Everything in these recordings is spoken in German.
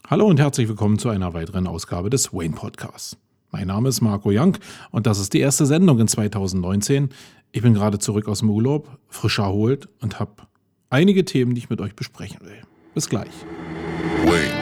Hallo und herzlich willkommen zu einer weiteren Ausgabe des Wayne Podcasts. Mein Name ist Marco Young und das ist die erste Sendung in 2019. Ich bin gerade zurück aus dem Urlaub, frisch erholt und habe einige Themen, die ich mit euch besprechen will. Bis gleich. Wayne.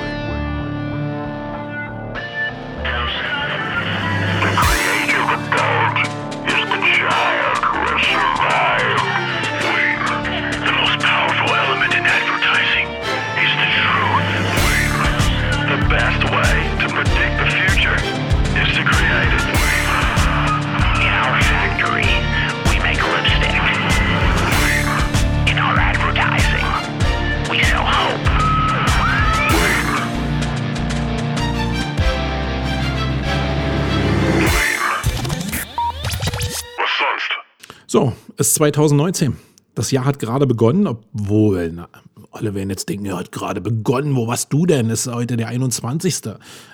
So, es ist 2019. Das Jahr hat gerade begonnen, obwohl, alle werden jetzt denken, ja, hat gerade begonnen, wo warst du denn? Es ist heute der 21.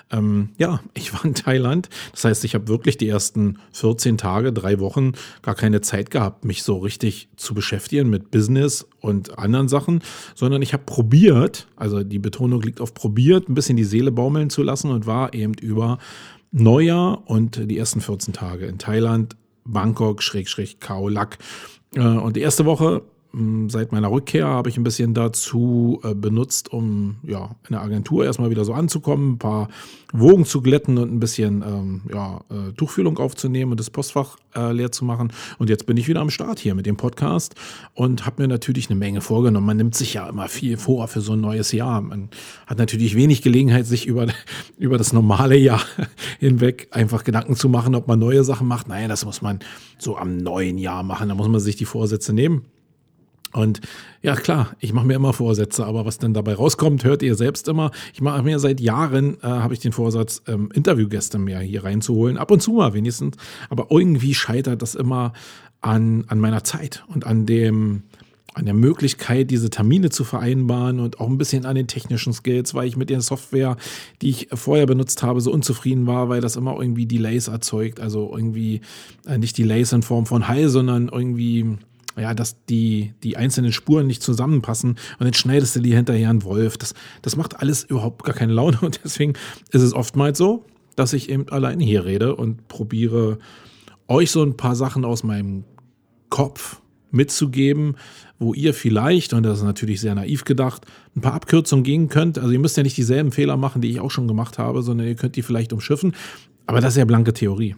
Ja, ich war in Thailand. Das heißt, ich habe wirklich die ersten 14 Tage, 3 Wochen gar keine Zeit gehabt, mich so richtig zu beschäftigen mit Business und anderen Sachen, sondern ich habe probiert, also die Betonung liegt auf probiert, ein bisschen die Seele baumeln zu lassen und war eben über Neujahr und die ersten 14 Tage in Thailand, Bangkok, Khao Lak. Und die erste Woche seit meiner Rückkehr habe ich ein bisschen dazu benutzt, um ja in der Agentur erstmal wieder so anzukommen, ein paar Wogen zu glätten und ein bisschen Tuchfühlung aufzunehmen und das Postfach leer zu machen. Und jetzt bin ich wieder am Start hier mit dem Podcast und habe mir natürlich eine Menge vorgenommen. Man nimmt sich ja immer viel vor für so ein neues Jahr. Man hat natürlich wenig Gelegenheit, sich über das normale Jahr hinweg einfach Gedanken zu machen, ob man neue Sachen macht. Naja, das muss man so am neuen Jahr machen. Da muss man sich die Vorsätze nehmen. Und ja, klar, ich mache mir immer Vorsätze, aber was denn dabei rauskommt, hört ihr selbst immer. Ich mache mir seit Jahren, habe ich den Vorsatz, Interviewgäste mehr hier reinzuholen, ab und zu mal wenigstens. Aber irgendwie scheitert das immer an meiner Zeit und an der Möglichkeit, diese Termine zu vereinbaren und auch ein bisschen an den technischen Skills, weil ich mit der Software, die ich vorher benutzt habe, so unzufrieden war, weil das immer irgendwie Delays erzeugt. Also irgendwie nicht Delays in Form von Hall, sondern irgendwie dass die einzelnen Spuren nicht zusammenpassen und dann schneidest du die hinterher einen Wolf. Das macht alles überhaupt gar keine Laune und deswegen ist es oftmals so, dass ich eben alleine hier rede und probiere, euch so ein paar Sachen aus meinem Kopf mitzugeben, wo ihr vielleicht, und das ist natürlich sehr naiv gedacht, ein paar Abkürzungen gehen könnt. Also ihr müsst ja nicht dieselben Fehler machen, die ich auch schon gemacht habe, sondern ihr könnt die vielleicht umschiffen. Aber das ist ja blanke Theorie.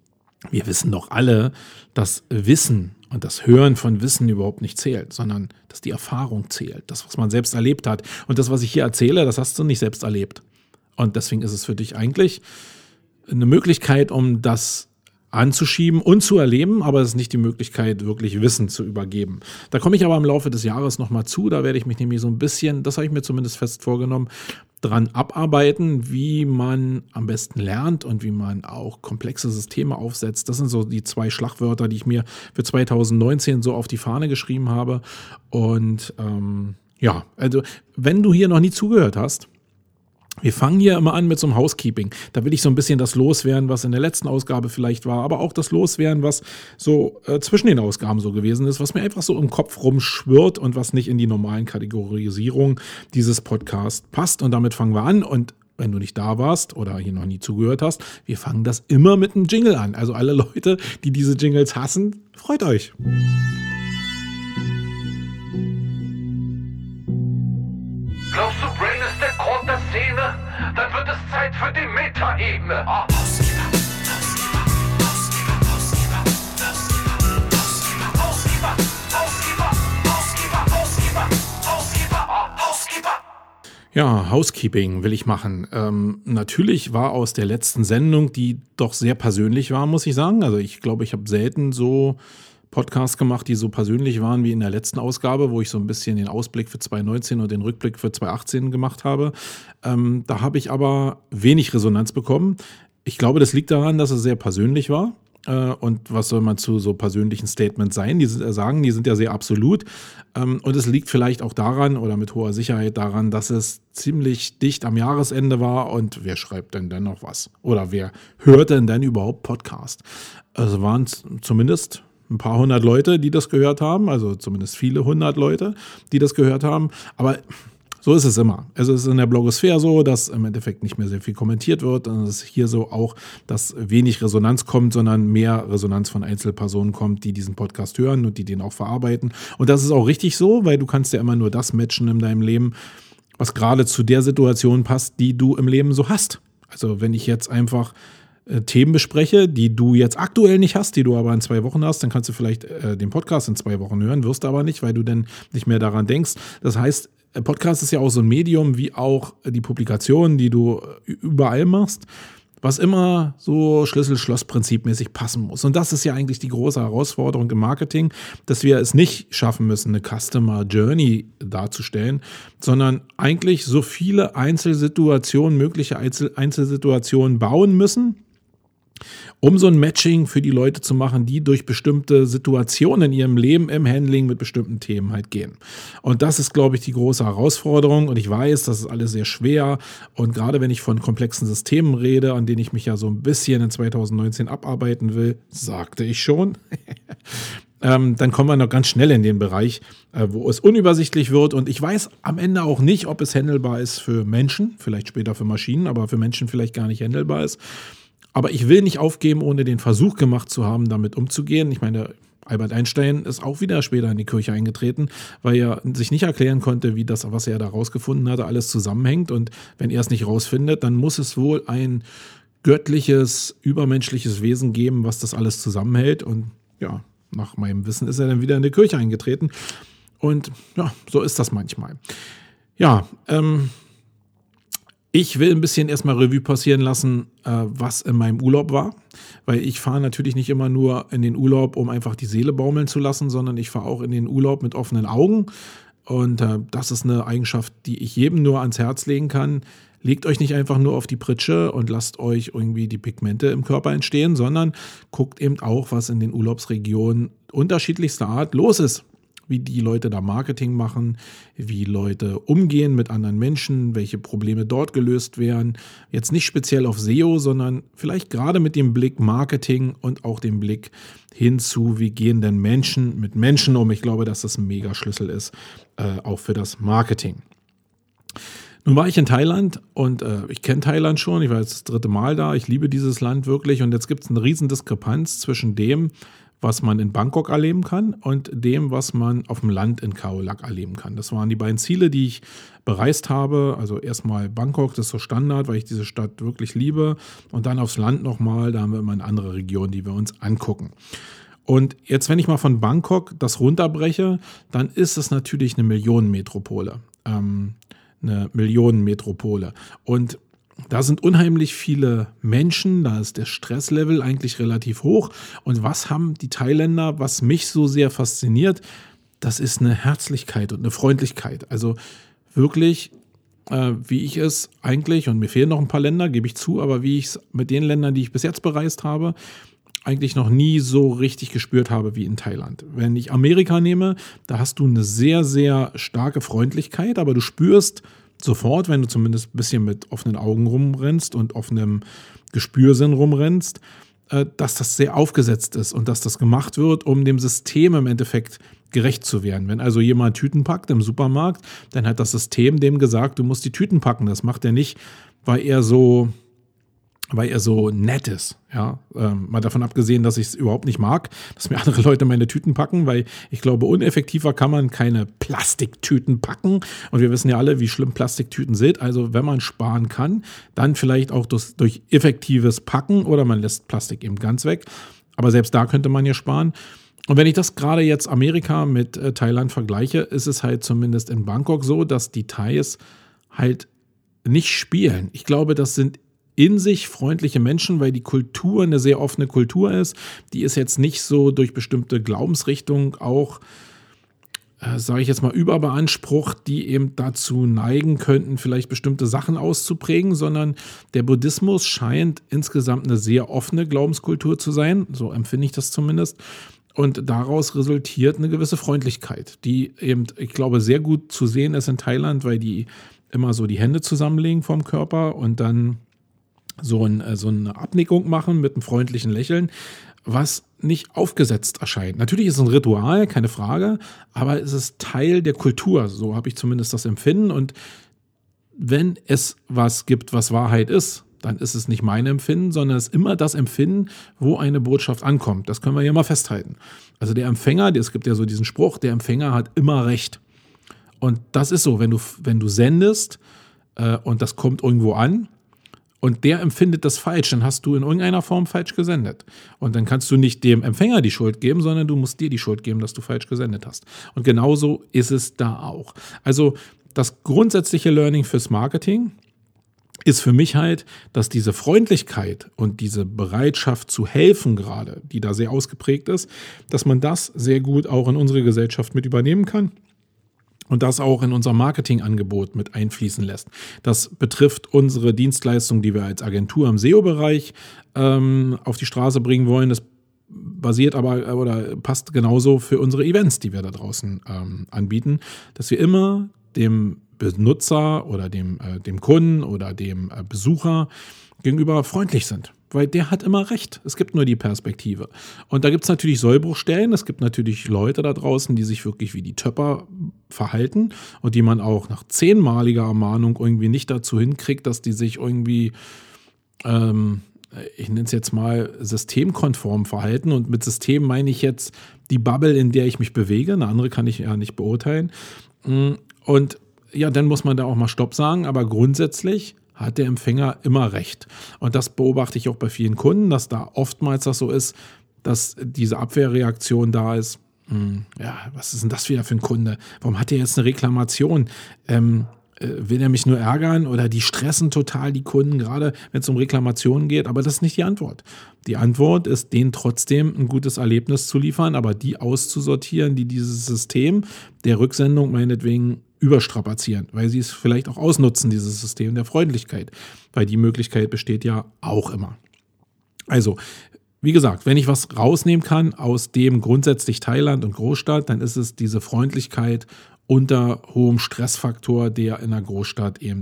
Wir wissen doch alle, dass Wissen und das Hören von Wissen überhaupt nicht zählt, sondern dass die Erfahrung zählt, das, was man selbst erlebt hat. Und das, was ich hier erzähle, das hast du nicht selbst erlebt. Und deswegen ist es für dich eigentlich eine Möglichkeit, um das anzuschieben und zu erleben, aber es ist nicht die Möglichkeit, wirklich Wissen zu übergeben. Da komme ich aber im Laufe des Jahres nochmal zu, da werde ich mich nämlich so ein bisschen, das habe ich mir zumindest fest vorgenommen, dran abarbeiten, wie man am besten lernt und wie man auch komplexe Systeme aufsetzt. Das sind so die 2 Schlagwörter, die ich mir für 2019 so auf die Fahne geschrieben habe. Und also wenn du hier noch nie zugehört hast, wir fangen hier immer an mit so einem Housekeeping. Da will ich so ein bisschen das loswerden, was in der letzten Ausgabe vielleicht war, aber auch das loswerden, was so zwischen den Ausgaben so gewesen ist, was mir einfach so im Kopf rumschwirrt und was nicht in die normalen Kategorisierung dieses Podcasts passt. Und damit fangen wir an. Und wenn du nicht da warst oder hier noch nie zugehört hast, wir fangen das immer mit einem Jingle an. Also alle Leute, die diese Jingles hassen, freut euch. Glaubst du, Brain ist der Grund der Szene? Dann wird es Zeit für die Meta-Ebene. Ja, Housekeeping will ich machen. Natürlich war aus der letzten Sendung, die doch sehr persönlich war, muss ich sagen. Also ich glaube, ich habe selten so Podcasts gemacht, die so persönlich waren wie in der letzten Ausgabe, wo ich so ein bisschen den Ausblick für 2019 und den Rückblick für 2018 gemacht habe. Da habe ich aber wenig Resonanz bekommen. Ich glaube, das liegt daran, dass es sehr persönlich war. Und was soll man zu so persönlichen Statements sagen? Die sind ja sehr absolut. Und es liegt vielleicht auch daran oder mit hoher Sicherheit daran, dass es ziemlich dicht am Jahresende war. Und wer schreibt denn noch was? Oder wer hört denn überhaupt Podcast? Also waren es zumindest ein paar hundert Leute, die das gehört haben. Also zumindest viele hundert Leute, die das gehört haben. Aber So ist es immer. Also es ist in der Blogosphäre so, dass im Endeffekt nicht mehr sehr viel kommentiert wird. Und es ist hier so auch, dass wenig Resonanz kommt, sondern mehr Resonanz von Einzelpersonen kommt, die diesen Podcast hören und die den auch verarbeiten. Und das ist auch richtig so, weil du kannst ja immer nur das matchen in deinem Leben, was gerade zu der Situation passt, die du im Leben so hast. Also wenn ich jetzt einfach Themen bespreche, die du jetzt aktuell nicht hast, die du aber in 2 Wochen hast, dann kannst du vielleicht den Podcast in 2 Wochen hören, wirst aber nicht, weil du dann nicht mehr daran denkst. Das heißt, Podcast ist ja auch so ein Medium, wie auch die Publikationen, die du überall machst, was immer so Schlüssel-Schloss-Prinzipmäßig passen muss. Und das ist ja eigentlich die große Herausforderung im Marketing, dass wir es nicht schaffen müssen, eine Customer Journey darzustellen, sondern eigentlich so viele Einzelsituationen, mögliche Einzelsituationen bauen müssen, um so ein Matching für die Leute zu machen, die durch bestimmte Situationen in ihrem Leben im Handling mit bestimmten Themen halt gehen. Und das ist, glaube ich, die große Herausforderung. Und ich weiß, das ist alles sehr schwer. Und gerade wenn ich von komplexen Systemen rede, an denen ich mich ja so ein bisschen in 2019 abarbeiten will, sagte ich schon, dann kommen wir noch ganz schnell in den Bereich, wo es unübersichtlich wird. Und ich weiß am Ende auch nicht, ob es handelbar ist für Menschen, vielleicht später für Maschinen, aber für Menschen vielleicht gar nicht handelbar ist. Aber ich will nicht aufgeben, ohne den Versuch gemacht zu haben, damit umzugehen. Ich meine, Albert Einstein ist auch wieder später in die Kirche eingetreten, weil er sich nicht erklären konnte, wie das, was er da rausgefunden hatte, alles zusammenhängt. Und wenn er es nicht rausfindet, dann muss es wohl ein göttliches, übermenschliches Wesen geben, was das alles zusammenhält. Und ja, nach meinem Wissen ist er dann wieder in die Kirche eingetreten. Und ja, so ist das manchmal. Ja, ich will ein bisschen erstmal Revue passieren lassen, was in meinem Urlaub war, weil ich fahre natürlich nicht immer nur in den Urlaub, um einfach die Seele baumeln zu lassen, sondern ich fahre auch in den Urlaub mit offenen Augen und das ist eine Eigenschaft, die ich jedem nur ans Herz legen kann. Legt euch nicht einfach nur auf die Pritsche und lasst euch irgendwie die Pigmente im Körper entstehen, sondern guckt eben auch, was in den Urlaubsregionen unterschiedlichster Art los ist. Wie die Leute da Marketing machen, wie Leute umgehen mit anderen Menschen, welche Probleme dort gelöst werden. Jetzt nicht speziell auf SEO, sondern vielleicht gerade mit dem Blick Marketing und auch dem Blick hinzu, wie gehen denn Menschen mit Menschen um. Ich glaube, dass das ein Megaschlüssel ist, auch für das Marketing. Nun war ich in Thailand und ich kenne Thailand schon, ich war jetzt das 3. Mal da, ich liebe dieses Land wirklich und jetzt gibt es eine riesen Diskrepanz zwischen dem, was man in Bangkok erleben kann und dem, was man auf dem Land in Khao Lak erleben kann. Das waren die beiden Ziele, die ich bereist habe. Also erstmal Bangkok, das ist so Standard, weil ich diese Stadt wirklich liebe. Und dann aufs Land nochmal, da haben wir immer eine andere Region, die wir uns angucken. Und jetzt, wenn ich mal von Bangkok das runterbreche, dann ist es natürlich eine Millionenmetropole. Und da sind unheimlich viele Menschen, da ist der Stresslevel eigentlich relativ hoch. Und was haben die Thailänder, was mich so sehr fasziniert, das ist eine Herzlichkeit und eine Freundlichkeit. Also wirklich, wie ich es eigentlich, und mir fehlen noch ein paar Länder, gebe ich zu, aber wie ich es mit den Ländern, die ich bis jetzt bereist habe, eigentlich noch nie so richtig gespürt habe wie in Thailand. Wenn ich Amerika nehme, da hast du eine sehr, sehr starke Freundlichkeit, aber du spürst sofort, wenn du zumindest ein bisschen mit offenen Augen rumrennst und offenem Gespürsinn rumrennst, dass das sehr aufgesetzt ist und dass das gemacht wird, um dem System im Endeffekt gerecht zu werden. Wenn also jemand Tüten packt im Supermarkt, dann hat das System dem gesagt, du musst die Tüten packen. Das macht er nicht, weil er so nett ist. Ja? Mal davon abgesehen, dass ich es überhaupt nicht mag, dass mir andere Leute meine Tüten packen, weil ich glaube, uneffektiver kann man keine Plastiktüten packen. Und wir wissen ja alle, wie schlimm Plastiktüten sind. Also wenn man sparen kann, dann vielleicht auch durch effektives Packen oder man lässt Plastik eben ganz weg. Aber selbst da könnte man ja sparen. Und wenn ich das gerade jetzt Amerika mit Thailand vergleiche, ist es halt zumindest in Bangkok so, dass die Thais halt nicht spielen. Ich glaube, das sind in sich freundliche Menschen, weil die Kultur eine sehr offene Kultur ist. Die ist jetzt nicht so durch bestimmte Glaubensrichtungen auch, sage ich jetzt mal, überbeansprucht, die eben dazu neigen könnten, vielleicht bestimmte Sachen auszuprägen, sondern der Buddhismus scheint insgesamt eine sehr offene Glaubenskultur zu sein. So empfinde ich das zumindest. Und daraus resultiert eine gewisse Freundlichkeit, die eben, ich glaube, sehr gut zu sehen ist in Thailand, weil die immer so die Hände zusammenlegen vom Körper und dann so eine Abnickung machen mit einem freundlichen Lächeln. was nicht aufgesetzt erscheint. Natürlich ist es ein Ritual, keine Frage, aber es ist Teil der Kultur. So habe ich zumindest das Empfinden. Und wenn es was gibt, was Wahrheit ist, dann ist es nicht mein Empfinden, sondern es ist immer das Empfinden, wo eine Botschaft ankommt. Das können wir ja mal festhalten. Also der Empfänger, es gibt ja so diesen Spruch, der Empfänger hat immer recht. Und das ist so, wenn du sendest und das kommt irgendwo an und der empfindet das falsch, dann hast du in irgendeiner Form falsch gesendet. Und dann kannst du nicht dem Empfänger die Schuld geben, sondern du musst dir die Schuld geben, dass du falsch gesendet hast. Und genauso ist es da auch. Also das grundsätzliche Learning fürs Marketing ist für mich halt, dass diese Freundlichkeit und diese Bereitschaft zu helfen gerade, die da sehr ausgeprägt ist, dass man das sehr gut auch in unsere Gesellschaft mit übernehmen kann und das auch in unser Marketingangebot mit einfließen lässt. Das betrifft unsere Dienstleistung, die wir als Agentur im SEO-Bereich auf die Straße bringen wollen. Das basiert aber oder passt genauso für unsere Events, die wir da draußen anbieten, dass wir immer dem Benutzer oder dem Kunden oder dem Besucher gegenüber freundlich sind. Weil der hat immer recht. Es gibt nur die Perspektive. Und da gibt es natürlich Sollbruchstellen. Es gibt natürlich Leute da draußen, die sich wirklich wie die Töpper verhalten und die man auch nach 10-maliger Ermahnung irgendwie nicht dazu hinkriegt, dass die sich irgendwie, ich nenne es jetzt mal, systemkonform verhalten. Und mit System meine ich jetzt die Bubble, in der ich mich bewege. Eine andere kann ich ja nicht beurteilen. Und ja, dann muss man da auch mal Stopp sagen, aber grundsätzlich hat der Empfänger immer recht. Und das beobachte ich auch bei vielen Kunden, dass da oftmals das so ist, dass diese Abwehrreaktion da ist. Ja, was ist denn das wieder für ein Kunde? Warum hat der jetzt eine Reklamation? Will er mich nur ärgern oder die stressen total die Kunden, gerade wenn es um Reklamationen geht, aber das ist nicht die Antwort. Die Antwort ist, denen trotzdem ein gutes Erlebnis zu liefern, aber die auszusortieren, die dieses System der Rücksendung meinetwegen überstrapazieren, weil sie es vielleicht auch ausnutzen, dieses System der Freundlichkeit, weil die Möglichkeit besteht ja auch immer. Also, wie gesagt, wenn ich was rausnehmen kann aus dem grundsätzlich Thailand und Großstadt, dann ist es diese Freundlichkeit unter hohem Stressfaktor, der in der Großstadt eben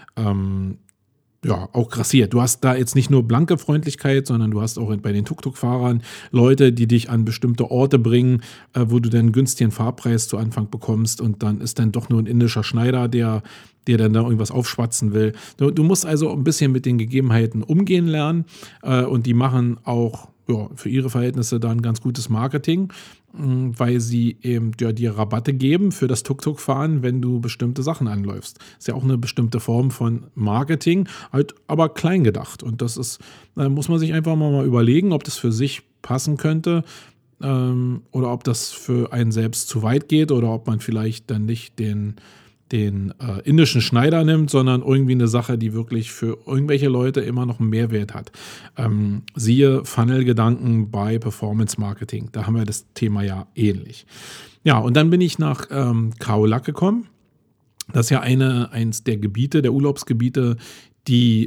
auch grassiert. Du hast da jetzt nicht nur blanke Freundlichkeit, sondern du hast auch bei den Tuk-Tuk-Fahrern Leute, die dich an bestimmte Orte bringen, wo du dann einen günstigen Fahrpreis zu Anfang bekommst und dann ist dann doch nur ein indischer Schneider, der dann da irgendwas aufschwatzen will. Du musst also ein bisschen mit den Gegebenheiten umgehen lernen und die machen auch für ihre Verhältnisse dann ganz gutes Marketing, weil sie eben dir Rabatte geben für das Tuk-Tuk-Fahren, wenn du bestimmte Sachen anläufst. Ist ja auch eine bestimmte Form von Marketing, halt aber klein gedacht. Und das ist, muss man sich einfach mal überlegen, ob das für sich passen könnte oder ob das für einen selbst zu weit geht oder ob man vielleicht dann nicht den indischen Schneider nimmt, sondern irgendwie eine Sache, die wirklich für irgendwelche Leute immer noch einen Mehrwert hat. Siehe Funnel-Gedanken bei Performance Marketing. Da haben wir das Thema ja ähnlich. Ja, und dann bin ich nach Khao Lak gekommen. Das ist ja eins der Gebiete, der Urlaubsgebiete, die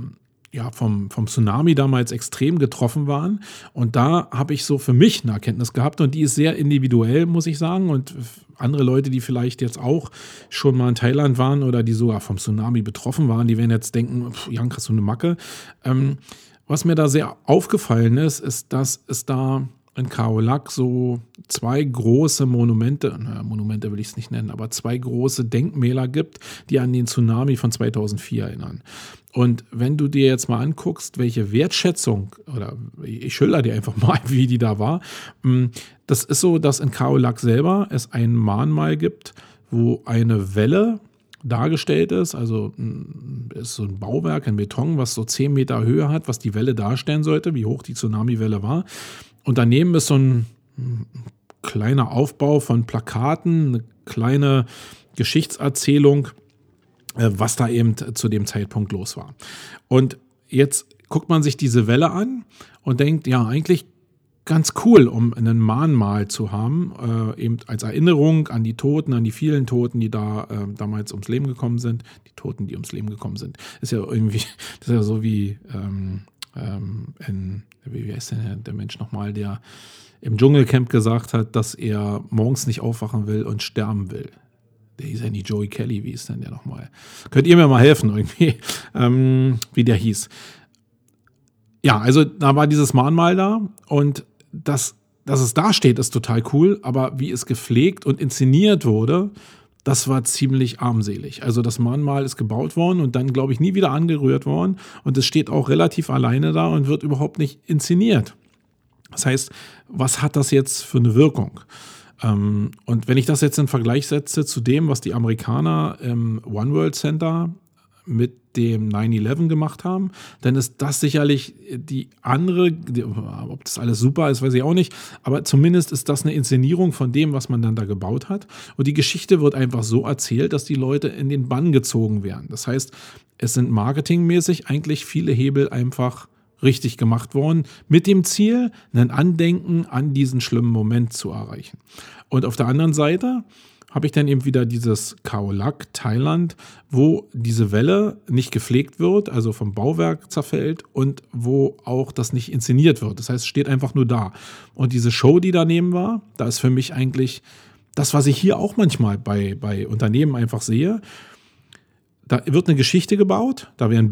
vom Tsunami damals extrem getroffen waren. Und da habe ich so für mich eine Erkenntnis gehabt und die ist sehr individuell, muss ich sagen. Und andere Leute, die vielleicht jetzt auch schon mal in Thailand waren oder die sogar vom Tsunami betroffen waren, die werden jetzt denken, Jan, hast du eine Macke? Was mir da sehr aufgefallen ist, dass es da in Khao Lak so zwei große Monumente will ich es nicht nennen, aber zwei große Denkmäler gibt, die an den Tsunami von 2004 erinnern. Und wenn du dir jetzt mal anguckst, welche Wertschätzung, oder ich schilder dir einfach mal, wie die da war, das ist so, dass in Khao Lak selber es ein Mahnmal gibt, wo eine Welle dargestellt ist, also ist so ein Bauwerk in Beton, was so 10 Meter Höhe hat, was die Welle darstellen sollte, wie hoch die Tsunami-Welle war. Und daneben ist so ein kleiner Aufbau von Plakaten, eine kleine Geschichtserzählung, was da eben zu dem Zeitpunkt los war. Und jetzt guckt man sich diese Welle an und denkt, ja, eigentlich ganz cool, um ein Mahnmal zu haben, eben als Erinnerung an die Toten, an die vielen Toten, die da damals ums Leben gekommen sind. Die Toten, die ums Leben gekommen sind. Ist ja irgendwie, das ist ja so wie wie heißt denn der Mensch nochmal, der im Dschungelcamp gesagt hat, dass er morgens nicht aufwachen will und sterben will. Der hieß ja nicht Joey Kelly, wie ist denn der nochmal? Könnt ihr mir mal helfen irgendwie, wie der hieß? Ja, also da war dieses Mahnmal da und dass es da steht, ist total cool, aber wie es gepflegt und inszeniert wurde, das war ziemlich armselig. Also das Mahnmal ist gebaut worden und dann, glaube ich, nie wieder angerührt worden und es steht auch relativ alleine da und wird überhaupt nicht inszeniert. Das heißt, was hat das jetzt für eine Wirkung? Und wenn ich das jetzt in Vergleich setze zu dem, was die Amerikaner im One World Center mit dem 9/11 gemacht haben, dann ist das sicherlich die andere, ob das alles super ist, weiß ich auch nicht, aber zumindest ist das eine Inszenierung von dem, was man dann da gebaut hat. Und die Geschichte wird einfach so erzählt, dass die Leute in den Bann gezogen werden. Das heißt, es sind marketingmäßig eigentlich viele Hebel einfach richtig gemacht worden, mit dem Ziel, ein Andenken an diesen schlimmen Moment zu erreichen. Und auf der anderen Seite habe ich dann eben wieder dieses Khao Lak, Thailand, wo diese Welle nicht gepflegt wird, also vom Bauwerk zerfällt und wo auch das nicht inszeniert wird. Das heißt, es steht einfach nur da. Und diese Show, die daneben war, da ist für mich eigentlich das, was ich hier auch manchmal bei Unternehmen einfach sehe. Da wird eine Geschichte gebaut, da werden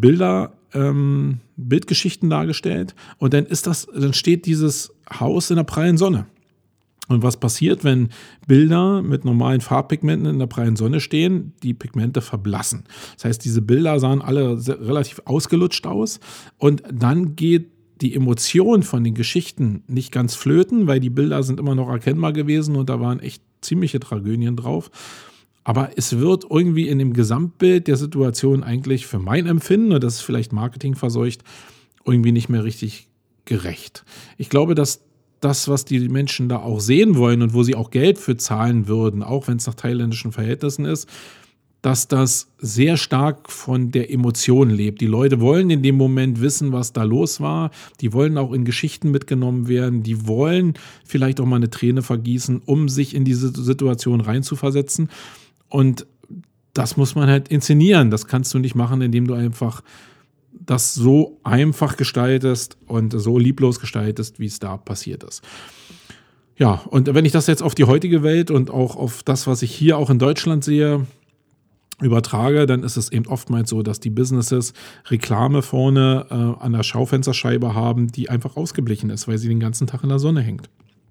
Bildgeschichten dargestellt und dann steht dieses Haus in der prallen Sonne. Und was passiert, wenn Bilder mit normalen Farbpigmenten in der prallen Sonne stehen? Die Pigmente verblassen. Das heißt, diese Bilder sahen alle relativ ausgelutscht aus. Und dann geht die Emotion von den Geschichten nicht ganz flöten, weil die Bilder sind immer noch erkennbar gewesen und da waren echt ziemliche Tragödien drauf. Aber es wird irgendwie in dem Gesamtbild der Situation eigentlich für mein Empfinden, und das ist vielleicht marketingverseucht, irgendwie nicht mehr richtig gerecht. Ich glaube, dass das, was die Menschen da auch sehen wollen und wo sie auch Geld für zahlen würden, auch wenn es nach thailändischen Verhältnissen ist, dass das sehr stark von der Emotion lebt. Die Leute wollen in dem Moment wissen, was da los war. Die wollen auch in Geschichten mitgenommen werden. Die wollen vielleicht auch mal eine Träne vergießen, um sich in diese Situation reinzuversetzen. Und das muss man halt inszenieren. Das kannst du nicht machen, indem du einfach das so einfach gestaltest und so lieblos gestaltest, wie es da passiert ist. Ja, und wenn ich das jetzt auf die heutige Welt und auch auf das, was ich hier auch in Deutschland sehe, übertrage, dann ist es eben oftmals so, dass die Businesses Reklame vorne an der Schaufensterscheibe haben, die einfach ausgeblichen ist, weil sie den ganzen Tag in der Sonne hängt.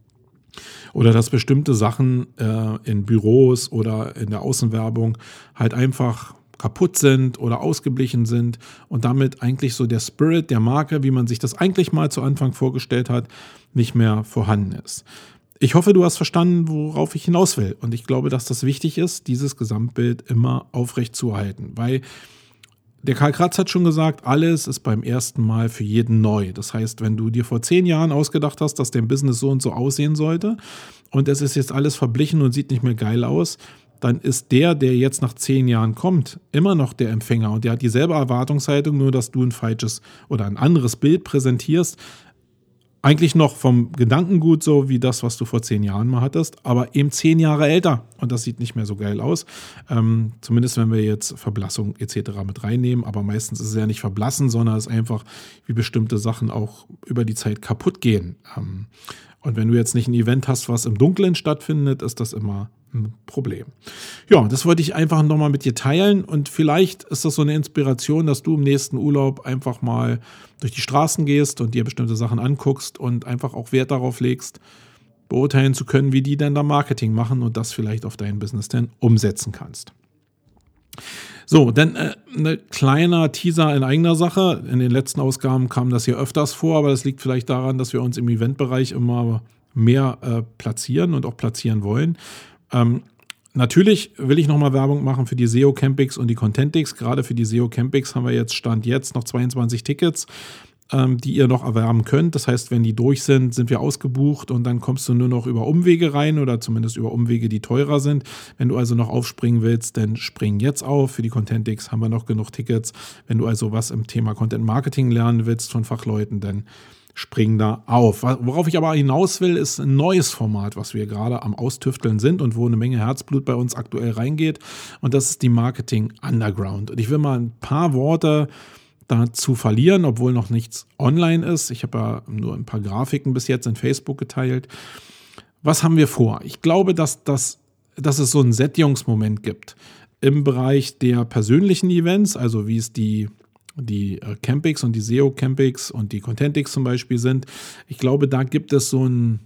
Oder dass bestimmte Sachen in Büros oder in der Außenwerbung halt einfach kaputt sind oder ausgeblichen sind und damit eigentlich so der Spirit der Marke, wie man sich das eigentlich mal zu Anfang vorgestellt hat, nicht mehr vorhanden ist. Ich hoffe, du hast verstanden, worauf ich hinaus will. Und ich glaube, dass das wichtig ist, dieses Gesamtbild immer aufrecht zu erhalten. Weil der Karl Kratz hat schon gesagt, alles ist beim ersten Mal für jeden neu. Das heißt, wenn du dir vor 10 Jahren ausgedacht hast, dass dein Business so und so aussehen sollte und es ist jetzt alles verblichen und sieht nicht mehr geil aus, dann ist der jetzt nach 10 Jahren kommt, immer noch der Empfänger und der hat dieselbe Erwartungshaltung, nur dass du ein falsches oder ein anderes Bild präsentierst. Eigentlich noch vom Gedankengut so wie das, was du vor 10 Jahren mal hattest, aber eben 10 Jahre älter und das sieht nicht mehr so geil aus. Zumindest wenn wir jetzt Verblassung etc. mit reinnehmen, aber meistens ist es ja nicht verblassen, sondern es ist einfach, wie bestimmte Sachen auch über die Zeit kaputt gehen. Und wenn du jetzt nicht ein Event hast, was im Dunkeln stattfindet, ist das immer ein Problem. Ja, das wollte ich einfach nochmal mit dir teilen und vielleicht ist das so eine Inspiration, dass du im nächsten Urlaub einfach mal durch die Straßen gehst und dir bestimmte Sachen anguckst und einfach auch Wert darauf legst, beurteilen zu können, wie die denn da Marketing machen und das vielleicht auf dein Business dann umsetzen kannst. So, dann ein kleiner Teaser in eigener Sache. In den letzten Ausgaben kam das hier öfters vor, aber das liegt vielleicht daran, dass wir uns im Eventbereich immer mehr platzieren und auch platzieren wollen. Natürlich will ich nochmal Werbung machen für die SEO Campings und die Contentix. Gerade für die SEO Campings haben wir Stand jetzt noch 22 Tickets, die ihr noch erwerben könnt. Das heißt, wenn die durch sind, sind wir ausgebucht und dann kommst du nur noch über Umwege rein oder zumindest über Umwege, die teurer sind. Wenn du also noch aufspringen willst, dann spring jetzt auf. Für die Contentix haben wir noch genug Tickets. Wenn du also was im Thema Content Marketing lernen willst von Fachleuten, dann spring da auf. Worauf ich aber hinaus will, ist ein neues Format, was wir gerade am Austüfteln sind und wo eine Menge Herzblut bei uns aktuell reingeht. Und das ist die Marketing Underground. Und ich will mal ein paar Worte dazu verlieren, obwohl noch nichts online ist. Ich habe ja nur ein paar Grafiken bis jetzt in Facebook geteilt. Was haben wir vor? Ich glaube, dass es so einen Sättigungsmoment gibt im Bereich der persönlichen Events, also wie es die Campix und die SEO-Campix und die Contentix zum Beispiel sind. Ich glaube, da gibt es so ein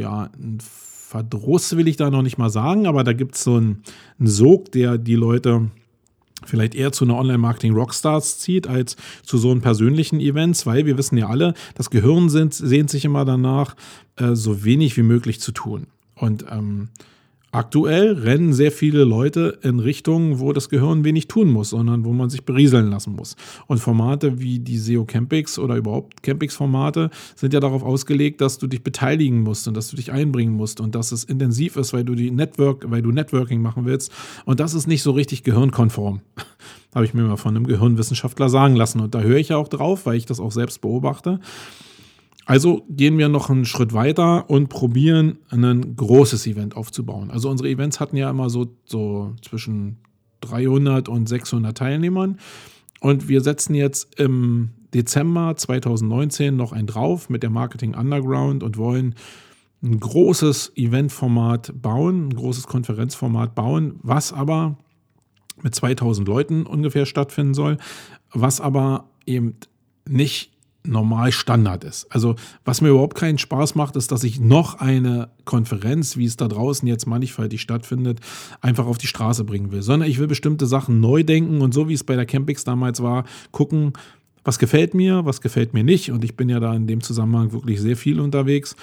Verdruss, will ich da noch nicht mal sagen, aber da gibt es so einen Sog, der die Leute vielleicht eher zu einer Online-Marketing-Rockstars zieht, als zu so einem persönlichen Events, weil wir wissen ja alle, das Gehirn sehnt sich immer danach, so wenig wie möglich zu tun. Und aktuell rennen sehr viele Leute in Richtungen, wo das Gehirn wenig tun muss, sondern wo man sich berieseln lassen muss. Und Formate wie die SEO Campix oder überhaupt Campix-Formate sind ja darauf ausgelegt, dass du dich beteiligen musst und dass du dich einbringen musst und dass es intensiv ist, weil du Networking machen willst. Und das ist nicht so richtig gehirnkonform. Habe ich mir mal von einem Gehirnwissenschaftler sagen lassen. Und da höre ich ja auch drauf, weil ich das auch selbst beobachte. Also gehen wir noch einen Schritt weiter und probieren, ein großes Event aufzubauen. Also unsere Events hatten ja immer so zwischen 300 und 600 Teilnehmern. Und wir setzen jetzt im Dezember 2019 noch einen drauf mit der Marketing Underground und wollen ein großes Eventformat bauen, ein großes Konferenzformat bauen, was aber mit 2000 Leuten ungefähr stattfinden soll, was aber eben nicht normal Standard ist. Also was mir überhaupt keinen Spaß macht, ist, dass ich noch eine Konferenz, wie es da draußen jetzt mannigfaltig stattfindet, einfach auf die Straße bringen will, sondern ich will bestimmte Sachen neu denken und so wie es bei der Campix damals war, gucken, was gefällt mir nicht und ich bin ja da in dem Zusammenhang wirklich sehr viel unterwegs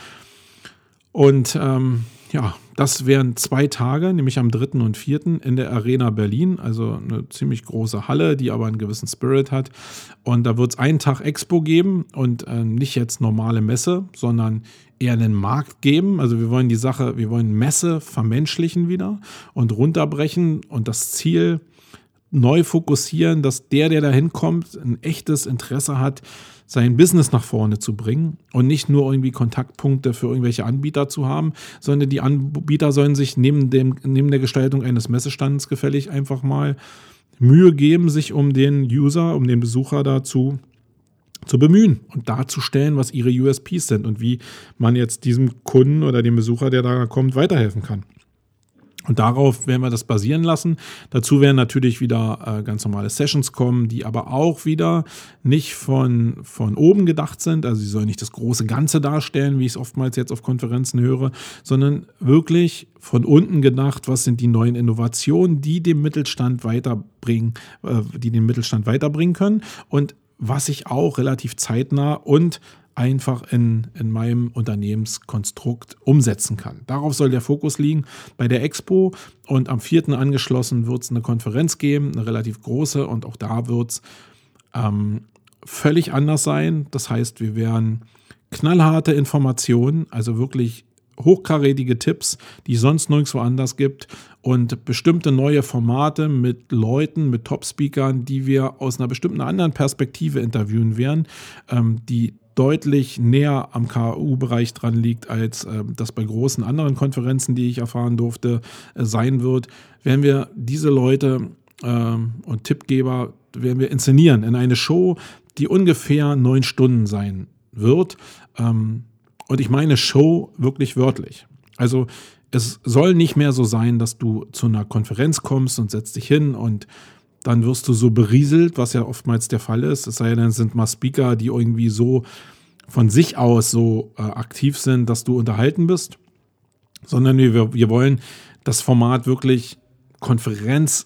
und das wären 2 Tage, nämlich am 3. und 4. in der Arena Berlin, also eine ziemlich große Halle, die aber einen gewissen Spirit hat. Und da wird es einen Tag Expo geben und nicht jetzt normale Messe, sondern eher einen Markt geben. Also wir wollen Messe vermenschlichen wieder und runterbrechen und das Ziel neu fokussieren, dass der da hinkommt, ein echtes Interesse hat, sein Business nach vorne zu bringen und nicht nur irgendwie Kontaktpunkte für irgendwelche Anbieter zu haben, sondern die Anbieter sollen sich neben der Gestaltung eines Messestands gefällig einfach mal Mühe geben, sich um den Besucher dazu zu bemühen und darzustellen, was ihre USPs sind und wie man jetzt diesem Kunden oder dem Besucher, der da kommt, weiterhelfen kann. Und darauf werden wir das basieren lassen. Dazu werden natürlich wieder ganz normale Sessions kommen, die aber auch wieder nicht von oben gedacht sind. Also sie sollen nicht das große Ganze darstellen, wie ich es oftmals jetzt auf Konferenzen höre, sondern wirklich von unten gedacht, was sind die neuen Innovationen, die den Mittelstand weiterbringen können und was ich auch relativ zeitnah und einfach in meinem Unternehmenskonstrukt umsetzen kann. Darauf soll der Fokus liegen bei der Expo und am 4. angeschlossen wird es eine Konferenz geben, eine relativ große und auch da wird es völlig anders sein. Das heißt, wir werden knallharte Informationen, also wirklich hochkarätige Tipps, die es sonst nirgendwo anders gibt und bestimmte neue Formate mit Leuten, mit Top-Speakern, die wir aus einer bestimmten anderen Perspektive interviewen werden, die deutlich näher am KU-Bereich dran liegt, als das bei großen anderen Konferenzen, die ich erfahren durfte, sein wird, werden wir diese Leute und Tippgeber werden wir inszenieren in eine Show, die ungefähr 9 Stunden sein wird. Und ich meine Show wirklich wörtlich. Also es soll nicht mehr so sein, dass du zu einer Konferenz kommst und setzt dich hin und dann wirst du so berieselt, was ja oftmals der Fall ist. Es sei denn, es sind mal Speaker, die irgendwie so von sich aus so aktiv sind, dass du unterhalten bist. Sondern wir wollen das Format wirklich Konferenz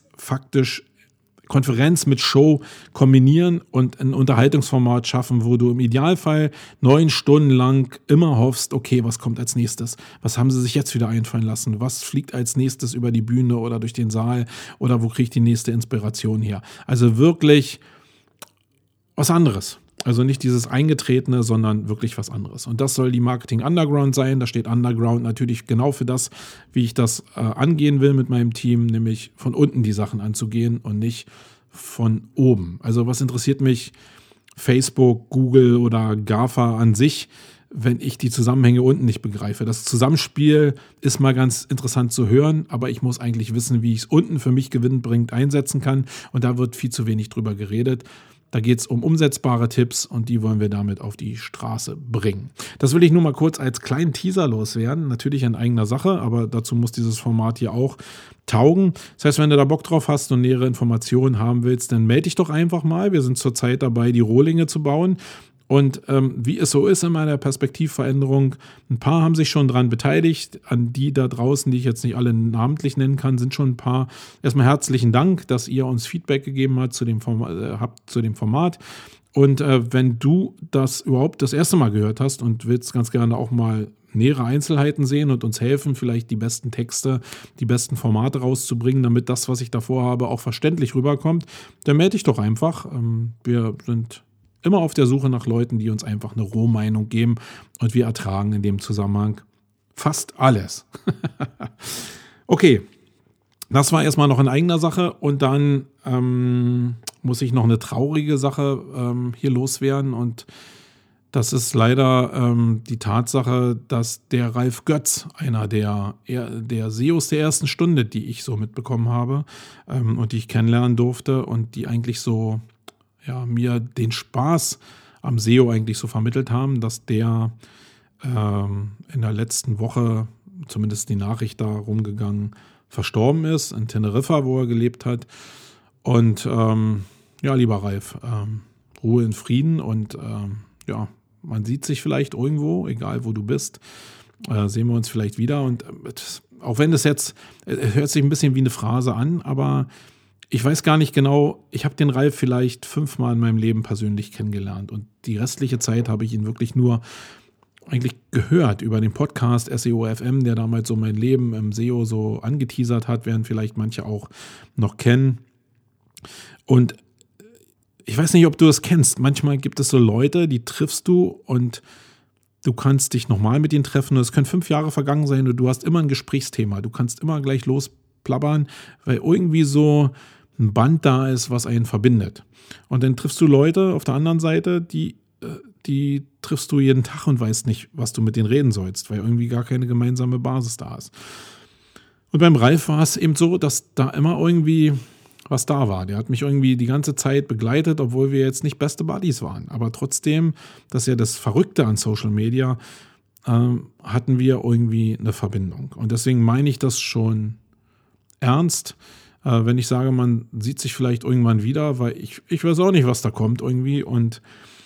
mit Show kombinieren und ein Unterhaltungsformat schaffen, wo du im Idealfall 9 Stunden lang immer hoffst, okay, was kommt als nächstes? Was haben sie sich jetzt wieder einfallen lassen? Was fliegt als nächstes über die Bühne oder durch den Saal? Oder wo kriege ich die nächste Inspiration her? Also wirklich was anderes. Also nicht dieses Eingetretene, sondern wirklich was anderes. Und das soll die Marketing Underground sein. Da steht Underground natürlich genau für das, wie ich das angehen will mit meinem Team, nämlich von unten die Sachen anzugehen und nicht von oben. Also was interessiert mich Facebook, Google oder GAFA an sich, wenn ich die Zusammenhänge unten nicht begreife? Das Zusammenspiel ist mal ganz interessant zu hören, aber ich muss eigentlich wissen, wie ich es unten für mich gewinnbringend einsetzen kann. Und da wird viel zu wenig drüber geredet. Da geht es um umsetzbare Tipps und die wollen wir damit auf die Straße bringen. Das will ich nur mal kurz als kleinen Teaser loswerden. Natürlich in eigener Sache, aber dazu muss dieses Format hier auch taugen. Das heißt, wenn du da Bock drauf hast und nähere Informationen haben willst, dann melde dich doch einfach mal. Wir sind zurzeit dabei, die Rohlinge zu bauen. Und wie es so ist in meiner Perspektivveränderung, ein paar haben sich schon dran beteiligt. An die da draußen, die ich jetzt nicht alle namentlich nennen kann, sind schon ein paar. Erstmal herzlichen Dank, dass ihr uns Feedback gegeben habt zu dem Format. Und wenn du das überhaupt das erste Mal gehört hast und willst ganz gerne auch mal nähere Einzelheiten sehen und uns helfen, vielleicht die besten Texte, die besten Formate rauszubringen, damit das, was ich davor habe, auch verständlich rüberkommt, dann melde dich doch einfach. Wir sind immer auf der Suche nach Leuten, die uns einfach eine Rohmeinung geben und wir ertragen in dem Zusammenhang fast alles. Okay, das war erstmal noch in eigener Sache und dann muss ich noch eine traurige Sache hier loswerden und das ist leider die Tatsache, dass der Ralf Götz, einer der SEOs der ersten Stunde, die ich so mitbekommen habe und die ich kennenlernen durfte und die eigentlich so mir den Spaß am SEO eigentlich so vermittelt haben, dass der in der letzten Woche, zumindest die Nachricht da rumgegangen, verstorben ist, in Teneriffa, wo er gelebt hat. Und lieber Ralf, Ruhe in Frieden und man sieht sich vielleicht irgendwo, egal wo du bist, sehen wir uns vielleicht wieder. Und auch wenn es jetzt, hört sich ein bisschen wie eine Phrase an, aber ich weiß gar nicht genau, ich habe den Ralf vielleicht 5-mal in meinem Leben persönlich kennengelernt und die restliche Zeit habe ich ihn wirklich nur eigentlich gehört über den Podcast SEO FM, der damals so mein Leben im SEO so angeteasert hat, werden vielleicht manche auch noch kennen. Und ich weiß nicht, ob du das kennst. Manchmal gibt es so Leute, die triffst du und du kannst dich nochmal mit ihnen treffen. Es können 5 Jahre vergangen sein und du hast immer ein Gesprächsthema. Du kannst immer gleich losplappern, weil irgendwie so ein Band da ist, was einen verbindet. Und dann triffst du Leute auf der anderen Seite, die triffst du jeden Tag und weißt nicht, was du mit denen reden sollst, weil irgendwie gar keine gemeinsame Basis da ist. Und beim Ralf war es eben so, dass da immer irgendwie was da war. Der hat mich irgendwie die ganze Zeit begleitet, obwohl wir jetzt nicht beste Buddies waren. Aber trotzdem, das ist ja das Verrückte an Social Media, hatten wir irgendwie eine Verbindung. Und deswegen meine ich das schon ernst, wenn ich sage, man sieht sich vielleicht irgendwann wieder, weil ich weiß auch nicht, was da kommt irgendwie. Und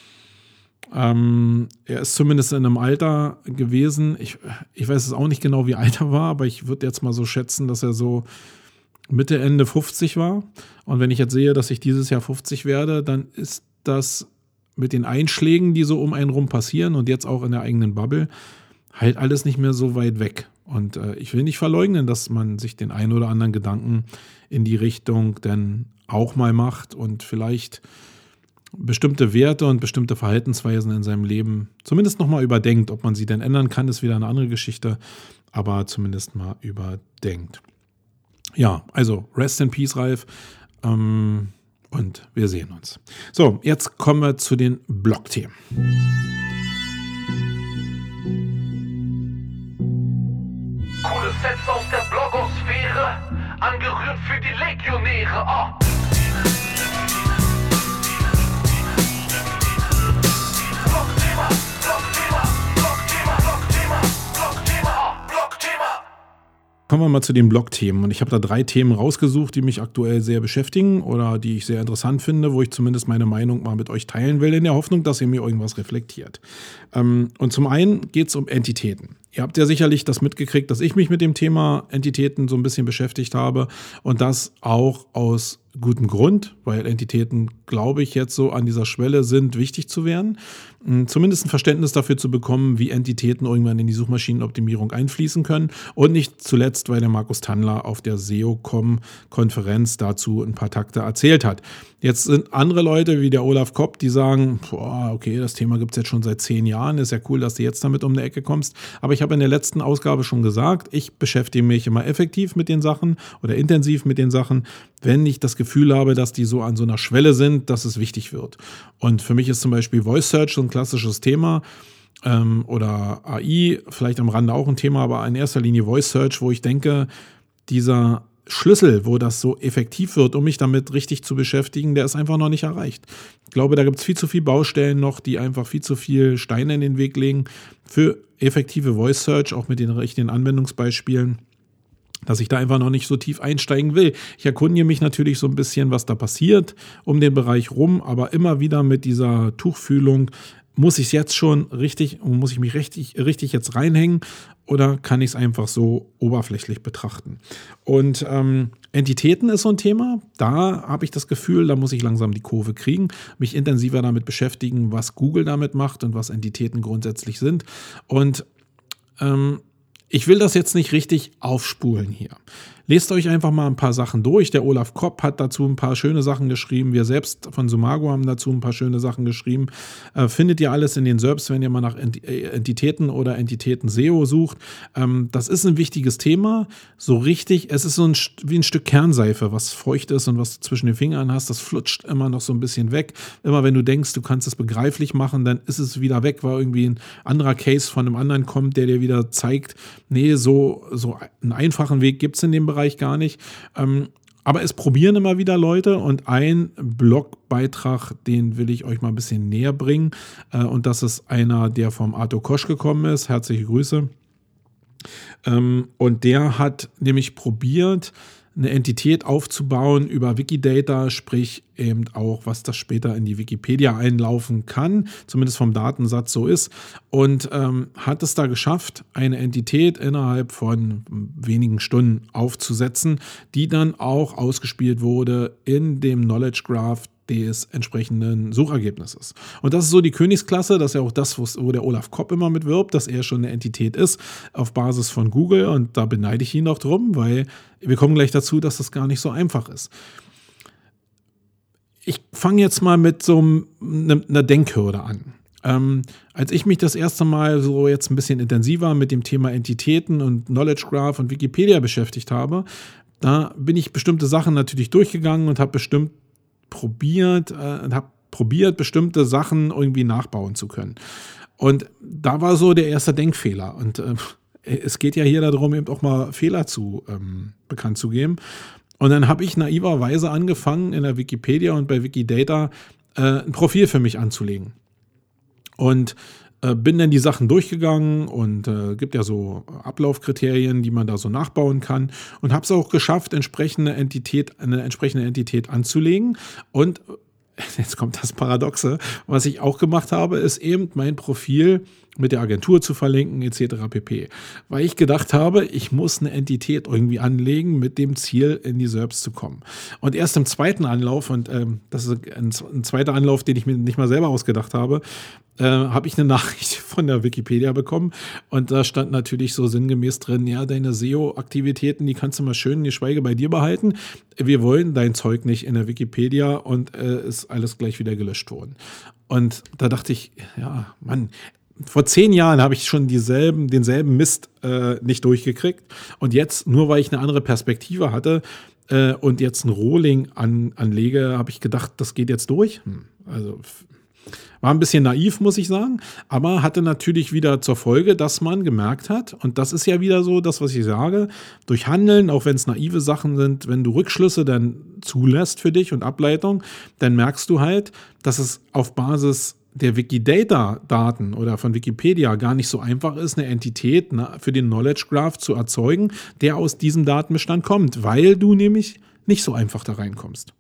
er ist zumindest in einem Alter gewesen, ich weiß es auch nicht genau, wie alt er war, aber ich würde jetzt mal so schätzen, dass er so Mitte, Ende 50 war. Und wenn ich jetzt sehe, dass ich dieses Jahr 50 werde, dann ist das mit den Einschlägen, die so um einen rum passieren und jetzt auch in der eigenen Bubble, halt alles nicht mehr so weit weg. Und ich will nicht verleugnen, dass man sich den einen oder anderen Gedanken in die Richtung dann auch mal macht und vielleicht bestimmte Werte und bestimmte Verhaltensweisen in seinem Leben zumindest nochmal überdenkt. Ob man sie denn ändern kann, ist wieder eine andere Geschichte, aber zumindest mal überdenkt. Ja, also rest in peace, Ralf. Und wir sehen uns. So, jetzt kommen wir zu den Blog-Themen. Coole Sets aus der Blogosphäre, angerührt für die Legionäre. Oh. Kommen wir mal zu den Blog-Themen. Und ich habe da 3 Themen rausgesucht, die mich aktuell sehr beschäftigen oder die ich sehr interessant finde, wo ich zumindest meine Meinung mal mit euch teilen will, in der Hoffnung, dass ihr mir irgendwas reflektiert. Und zum einen geht es um Entitäten. Ihr habt ja sicherlich das mitgekriegt, dass ich mich mit dem Thema Entitäten so ein bisschen beschäftigt habe und das auch aus gutem Grund, weil Entitäten, glaube ich, jetzt so an dieser Schwelle sind, wichtig zu werden. Zumindest ein Verständnis dafür zu bekommen, wie Entitäten irgendwann in die Suchmaschinenoptimierung einfließen können. Und nicht zuletzt, weil der Markus Tandler auf der SEOCom-Konferenz dazu ein paar Takte erzählt hat. Jetzt sind andere Leute wie der Olaf Kopp, die sagen, okay, das Thema gibt es jetzt schon seit 10 Jahren, ist ja cool, dass du jetzt damit um die Ecke kommst. Aber ich habe in der letzten Ausgabe schon gesagt, ich beschäftige mich immer effektiv mit den Sachen oder intensiv mit den Sachen, wenn ich das Gefühl habe, dass die so an so einer Schwelle sind, dass es wichtig wird. Und für mich ist zum Beispiel Voice Search so ein klassisches Thema oder AI, vielleicht am Rande auch ein Thema, aber in erster Linie Voice Search, wo ich denke, dieser Schlüssel, wo das so effektiv wird, um mich damit richtig zu beschäftigen, der ist einfach noch nicht erreicht. Ich glaube, da gibt es viel zu viele Baustellen noch, die einfach viel zu viel Steine in den Weg legen für effektive Voice Search, auch mit den richtigen Anwendungsbeispielen, dass ich da einfach noch nicht so tief einsteigen will. Ich erkundige mich natürlich so ein bisschen, was da passiert um den Bereich rum, aber immer wieder mit dieser Tuchfühlung, muss ich mich richtig jetzt reinhängen oder kann ich es einfach so oberflächlich betrachten? Und Entitäten ist so ein Thema. Da habe ich das Gefühl, da muss ich langsam die Kurve kriegen, mich intensiver damit beschäftigen, was Google damit macht und was Entitäten grundsätzlich sind. Und ich will das jetzt nicht richtig aufspulen hier. Lest euch einfach mal ein paar Sachen durch. Der Olaf Kopp hat dazu ein paar schöne Sachen geschrieben. Wir selbst von Sumago haben dazu ein paar schöne Sachen geschrieben. Findet ihr alles in den SERPs, wenn ihr mal nach Entitäten oder Entitäten-SEO sucht. Das ist ein wichtiges Thema. So richtig, es ist so wie ein Stück Kernseife, was feucht ist und was du zwischen den Fingern hast. Das flutscht immer noch so ein bisschen weg. Immer wenn du denkst, du kannst es begreiflich machen, dann ist es wieder weg, weil irgendwie ein anderer Case von einem anderen kommt, der dir wieder zeigt, nee, so einen einfachen Weg gibt es in dem Bereich gar nicht. Aber es probieren immer wieder Leute und ein Blogbeitrag, den will ich euch mal ein bisschen näher bringen. Und das ist einer, der vom Arthur Kosch gekommen ist. Herzliche Grüße. Und der hat nämlich probiert, eine Entität aufzubauen über Wikidata, sprich eben auch, was das später in die Wikipedia einlaufen kann, zumindest vom Datensatz so ist, und hat es da geschafft, eine Entität innerhalb von wenigen Stunden aufzusetzen, die dann auch ausgespielt wurde in dem Knowledge Graph des entsprechenden Suchergebnisses. Und das ist so die Königsklasse, das ist ja auch das, wo der Olaf Kopp immer mit wirbt, dass er schon eine Entität ist auf Basis von Google, und da beneide ich ihn auch drum, weil wir kommen gleich dazu, dass das gar nicht so einfach ist. Ich fange jetzt mal mit so einer Denkhürde an. Als ich mich das erste Mal so jetzt ein bisschen intensiver mit dem Thema Entitäten und Knowledge Graph und Wikipedia beschäftigt habe, da bin ich bestimmte Sachen natürlich durchgegangen und habe probiert, bestimmte Sachen irgendwie nachbauen zu können. Und da war so der erste Denkfehler. Und es geht ja hier darum, eben auch mal Fehler bekannt zu geben. Und dann habe ich naiverweise angefangen, in der Wikipedia und bei Wikidata ein Profil für mich anzulegen. Und bin dann die Sachen durchgegangen und gibt ja so Ablaufkriterien, die man da so nachbauen kann, und habe es auch geschafft, eine entsprechende Entität anzulegen. Und jetzt kommt das Paradoxe, was ich auch gemacht habe, ist eben mein Profil mit der Agentur zu verlinken etc. pp. Weil ich gedacht habe, ich muss eine Entität irgendwie anlegen mit dem Ziel, in die SERPs zu kommen. Und erst im zweiten Anlauf, und das ist ein zweiter Anlauf, den ich mir nicht mal selber ausgedacht habe, habe ich eine Nachricht von der Wikipedia bekommen, und da stand natürlich so sinngemäß drin, ja, deine SEO-Aktivitäten, die kannst du mal schön in die Schweige bei dir behalten. Wir wollen dein Zeug nicht in der Wikipedia, und ist alles gleich wieder gelöscht worden. Und da dachte ich, ja, Mann, vor 10 Jahren habe ich schon denselben Mist nicht durchgekriegt, und jetzt, nur weil ich eine andere Perspektive hatte und jetzt ein Rohling anlege, habe ich gedacht, das geht jetzt durch. Also war ein bisschen naiv, muss ich sagen, aber hatte natürlich wieder zur Folge, dass man gemerkt hat, und das ist ja wieder so das, was ich sage, durch Handeln, auch wenn es naive Sachen sind, wenn du Rückschlüsse dann zulässt für dich und Ableitung, dann merkst du halt, dass es auf Basis der Wikidata-Daten oder von Wikipedia gar nicht so einfach ist, eine Entität für den Knowledge Graph zu erzeugen, der aus diesem Datenbestand kommt, weil du nämlich nicht so einfach da reinkommst.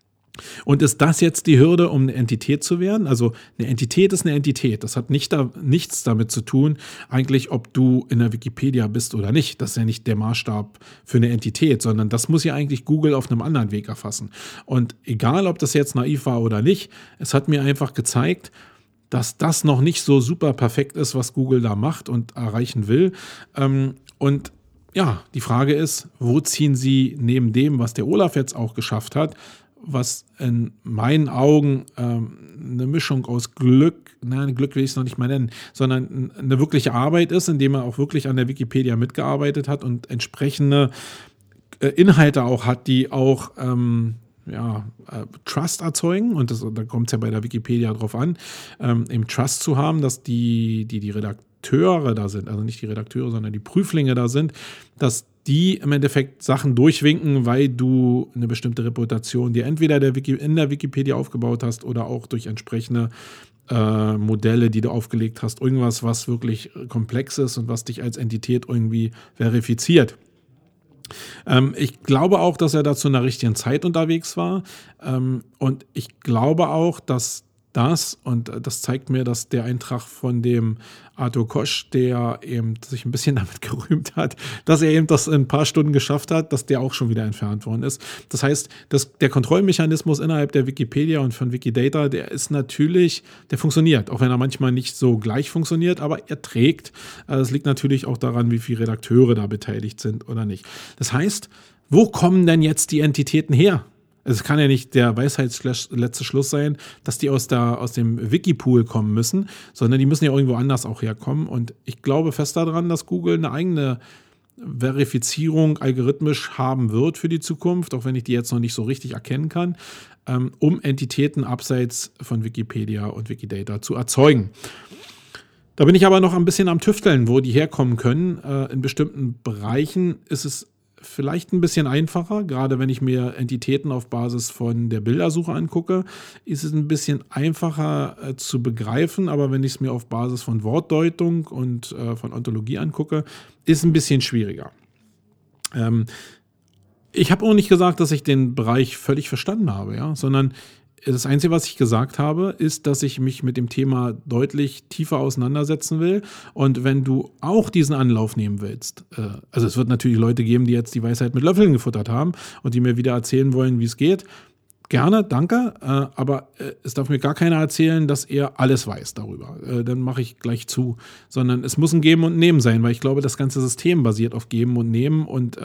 Und ist das jetzt die Hürde, um eine Entität zu werden? Also eine Entität ist eine Entität. Das hat nichts damit zu tun, eigentlich, ob du in der Wikipedia bist oder nicht. Das ist ja nicht der Maßstab für eine Entität, sondern das muss ja eigentlich Google auf einem anderen Weg erfassen. Und egal, ob das jetzt naiv war oder nicht, es hat mir einfach gezeigt, dass das noch nicht so super perfekt ist, was Google da macht und erreichen will. Und ja, die Frage ist, wo ziehen sie neben dem, was der Olaf jetzt auch geschafft hat, was in meinen Augen eine Mischung aus Glück will ich es noch nicht mal nennen, sondern eine wirkliche Arbeit ist, indem er auch wirklich an der Wikipedia mitgearbeitet hat und entsprechende Inhalte auch hat, die auch Trust erzeugen, und da kommt es ja bei der Wikipedia drauf an, eben Trust zu haben, dass die Redakteure da sind, also nicht die Redakteure, sondern die Prüflinge da sind, dass die im Endeffekt Sachen durchwinken, weil du eine bestimmte Reputation dir entweder in der Wikipedia aufgebaut hast oder auch durch entsprechende Modelle, die du aufgelegt hast. Irgendwas, was wirklich komplex ist und was dich als Entität irgendwie verifiziert. Ich glaube auch, dass er da zu einer richtigen Zeit unterwegs war. Und ich glaube auch, dass und das zeigt mir, dass der Eintrag von dem Arthur Kosch, der eben sich ein bisschen damit gerühmt hat, dass er eben das in ein paar Stunden geschafft hat, dass der auch schon wieder entfernt worden ist. Das heißt, der Kontrollmechanismus innerhalb der Wikipedia und von Wikidata, der ist natürlich, der funktioniert, auch wenn er manchmal nicht so gleich funktioniert, aber er trägt. Es liegt natürlich auch daran, wie viele Redakteure da beteiligt sind oder nicht. Das heißt, wo kommen denn jetzt die Entitäten her? Es kann ja nicht der letzte Schluss sein, dass die aus dem Wikipool kommen müssen, sondern die müssen ja irgendwo anders auch herkommen. Und ich glaube fest daran, dass Google eine eigene Verifizierung algorithmisch haben wird für die Zukunft, auch wenn ich die jetzt noch nicht so richtig erkennen kann, um Entitäten abseits von Wikipedia und Wikidata zu erzeugen. Da bin ich aber noch ein bisschen am Tüfteln, wo die herkommen können. In bestimmten Bereichen ist es vielleicht ein bisschen einfacher, gerade wenn ich mir Entitäten auf Basis von der Bildersuche angucke, ist es ein bisschen einfacher zu begreifen, aber wenn ich es mir auf Basis von Wortdeutung und von Ontologie angucke, ist es ein bisschen schwieriger. Ich habe auch nicht gesagt, dass ich den Bereich völlig verstanden habe, ja, sondern das Einzige, was ich gesagt habe, ist, dass ich mich mit dem Thema deutlich tiefer auseinandersetzen will. Und wenn du auch diesen Anlauf nehmen willst, also es wird natürlich Leute geben, die jetzt die Weisheit mit Löffeln gefuttert haben und die mir wieder erzählen wollen, wie es geht. Gerne, danke, aber es darf mir gar keiner erzählen, dass er alles weiß darüber. Dann mache ich gleich zu. Sondern es muss ein Geben und Nehmen sein, weil ich glaube, das ganze System basiert auf Geben und Nehmen und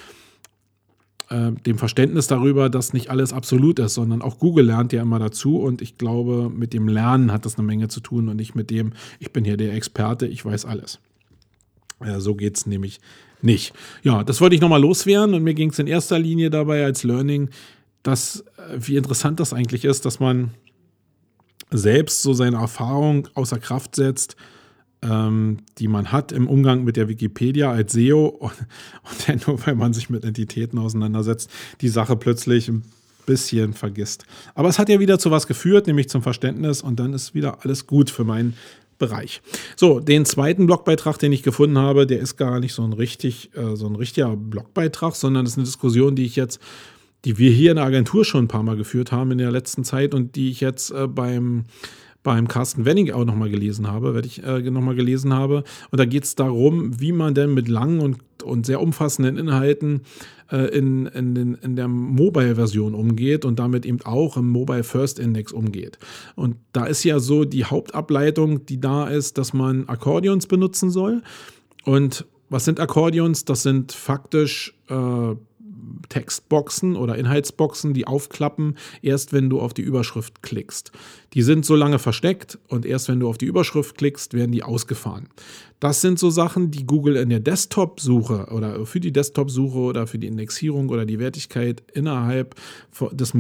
dem Verständnis darüber, dass nicht alles absolut ist, sondern auch Google lernt ja immer dazu und ich glaube, mit dem Lernen hat das eine Menge zu tun und nicht mit dem, ich bin hier der Experte, ich weiß alles. So geht es nämlich nicht. Ja, das wollte ich nochmal loswerden und mir ging es in erster Linie dabei als Learning, wie interessant das eigentlich ist, dass man selbst so seine Erfahrung außer Kraft setzt, die man hat im Umgang mit der Wikipedia als SEO und dann nur, weil man sich mit Entitäten auseinandersetzt, die Sache plötzlich ein bisschen vergisst. Aber es hat ja wieder zu was geführt, nämlich zum Verständnis und dann ist wieder alles gut für meinen Bereich. So, den zweiten Blogbeitrag, den ich gefunden habe, der ist gar nicht so ein richtiger Blogbeitrag, sondern das ist eine Diskussion, die wir hier in der Agentur schon ein paar Mal geführt haben in der letzten Zeit und die ich jetzt beim Carsten Wenning auch nochmal gelesen habe, Und da geht es darum, wie man denn mit langen und sehr umfassenden Inhalten in der Mobile-Version umgeht und damit eben auch im Mobile First Index umgeht. Und da ist ja so die Hauptableitung, die da ist, dass man Akkordeons benutzen soll. Und was sind Akkordeons? Das sind faktisch Textboxen oder Inhaltsboxen, die aufklappen, erst wenn du auf die Überschrift klickst. Die sind so lange versteckt und erst wenn du auf die Überschrift klickst, werden die ausgefahren. Das sind so Sachen, die Google in der Desktop-Suche oder für die Desktop-Suche oder für die Indexierung oder die Wertigkeit innerhalb des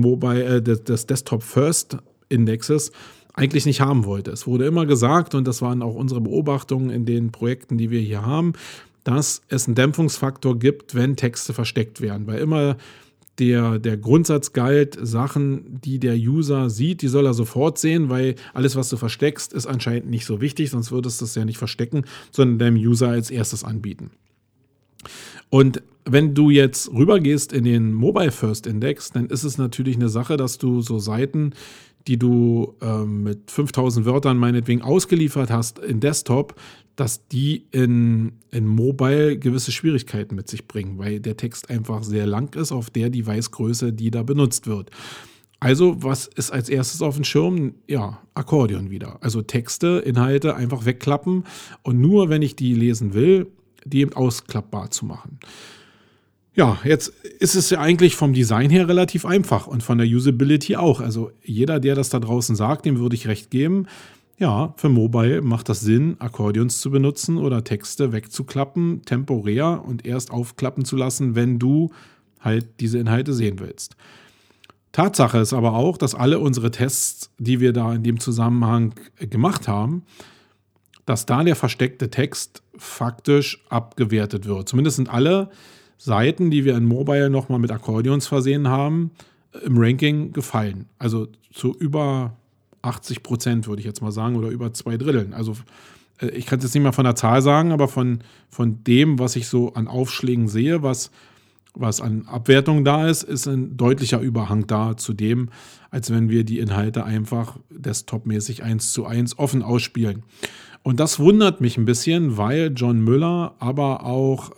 Desktop-First-Indexes eigentlich nicht haben wollte. Es wurde immer gesagt, und das waren auch unsere Beobachtungen in den Projekten, die wir hier haben, dass es einen Dämpfungsfaktor gibt, wenn Texte versteckt werden, weil immer der Grundsatz galt, Sachen, die der User sieht, die soll er sofort sehen, weil alles, was du versteckst, ist anscheinend nicht so wichtig, sonst würdest du es ja nicht verstecken, sondern dem User als erstes anbieten. Und wenn du jetzt rübergehst in den Mobile First Index, dann ist es natürlich eine Sache, dass du so Seiten, die du mit 5000 Wörtern meinetwegen ausgeliefert hast in Desktop, dass die in Mobile gewisse Schwierigkeiten mit sich bringen, weil der Text einfach sehr lang ist auf der Device-Größe, die da benutzt wird. Also, was ist als erstes auf dem Schirm? Ja, Akkordeon wieder. Also Texte, Inhalte einfach wegklappen und nur, wenn ich die lesen will, die eben ausklappbar zu machen. Ja, jetzt ist es ja eigentlich vom Design her relativ einfach und von der Usability auch. Also jeder, der das da draußen sagt, dem würde ich recht geben. Ja, für Mobile macht das Sinn, Akkordeons zu benutzen oder Texte wegzuklappen, temporär und erst aufklappen zu lassen, wenn du halt diese Inhalte sehen willst. Tatsache ist aber auch, dass alle unsere Tests, die wir da in dem Zusammenhang gemacht haben, dass da der versteckte Text faktisch abgewertet wird. Zumindest sind alle Seiten, die wir in Mobile nochmal mit Akkordeons versehen haben, im Ranking gefallen. Also zu über 80%, würde ich jetzt mal sagen, oder über 2/3. Also ich kann es jetzt nicht mehr von der Zahl sagen, aber von dem, was ich so an Aufschlägen sehe, was an Abwertung da ist ein deutlicher Überhang da zu dem, als wenn wir die Inhalte einfach desktopmäßig 1:1 offen ausspielen. Und das wundert mich ein bisschen, weil John Müller, aber auch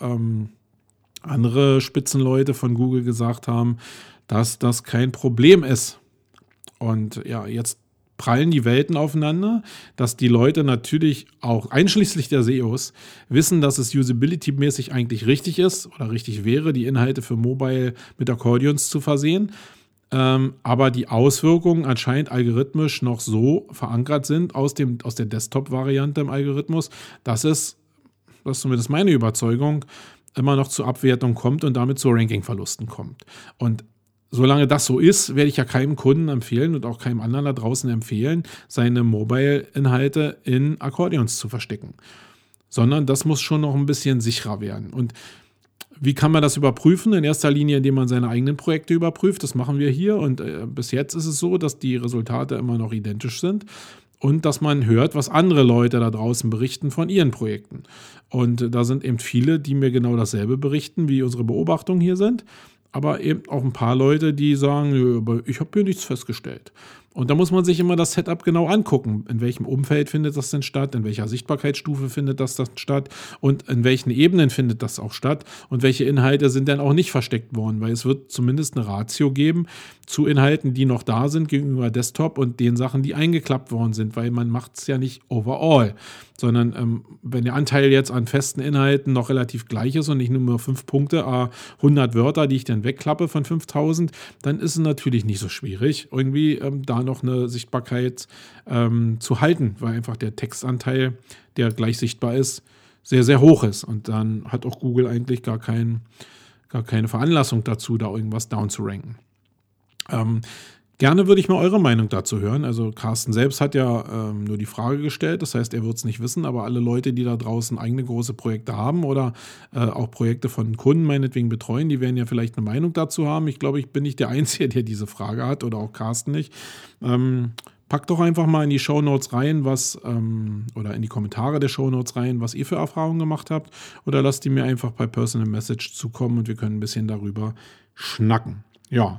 andere Spitzenleute von Google gesagt haben, dass das kein Problem ist. Und ja, jetzt prallen die Welten aufeinander, dass die Leute natürlich auch, einschließlich der SEOs, wissen, dass es usability-mäßig eigentlich richtig ist oder richtig wäre, die Inhalte für Mobile mit Akkordeons zu versehen. Aber die Auswirkungen anscheinend algorithmisch noch so verankert sind aus der Desktop-Variante im Algorithmus, dass es, das ist zumindest meine Überzeugung, immer noch zur Abwertung kommt und damit zu Ranking-Verlusten kommt. Und solange das so ist, werde ich ja keinem Kunden empfehlen und auch keinem anderen da draußen empfehlen, seine Mobile-Inhalte in Akkordeons zu verstecken. Sondern das muss schon noch ein bisschen sicherer werden. Und wie kann man das überprüfen? In erster Linie, indem man seine eigenen Projekte überprüft. Das machen wir hier. Und bis jetzt ist es so, dass die Resultate immer noch identisch sind. Und dass man hört, was andere Leute da draußen berichten von ihren Projekten. Und da sind eben viele, die mir genau dasselbe berichten, wie unsere Beobachtungen hier sind. Aber eben auch ein paar Leute, die sagen, ja, aber ich habe hier nichts festgestellt. Und da muss man sich immer das Setup genau angucken. In welchem Umfeld findet das denn statt? In welcher Sichtbarkeitsstufe findet das dann statt? Und in welchen Ebenen findet das auch statt? Und welche Inhalte sind denn auch nicht versteckt worden? Weil es wird zumindest eine Ratio geben zu Inhalten, die noch da sind gegenüber Desktop und den Sachen, die eingeklappt worden sind. Weil man macht es ja nicht overall. Sondern wenn der Anteil jetzt an festen Inhalten noch relativ gleich ist und ich nur 5 Punkte, 100 Wörter, die ich dann wegklappe von 5000, dann ist es natürlich nicht so schwierig, irgendwie da noch eine Sichtbarkeit zu halten, weil einfach der Textanteil, der gleich sichtbar ist, sehr, sehr hoch ist. Und dann hat auch Google eigentlich gar keine Veranlassung dazu, da irgendwas down zu ranken. Gerne würde ich mal eure Meinung dazu hören. Also Carsten selbst hat ja nur die Frage gestellt, das heißt, er wird es nicht wissen, aber alle Leute, die da draußen eigene große Projekte haben oder auch Projekte von Kunden meinetwegen betreuen, die werden ja vielleicht eine Meinung dazu haben. Ich glaube, ich bin nicht der Einzige, der diese Frage hat oder auch Carsten nicht. Packt doch einfach mal in die Shownotes rein, oder in die Kommentare der Shownotes rein, was ihr für Erfahrungen gemacht habt, oder lasst die mir einfach per Personal Message zukommen und wir können ein bisschen darüber schnacken. Ja,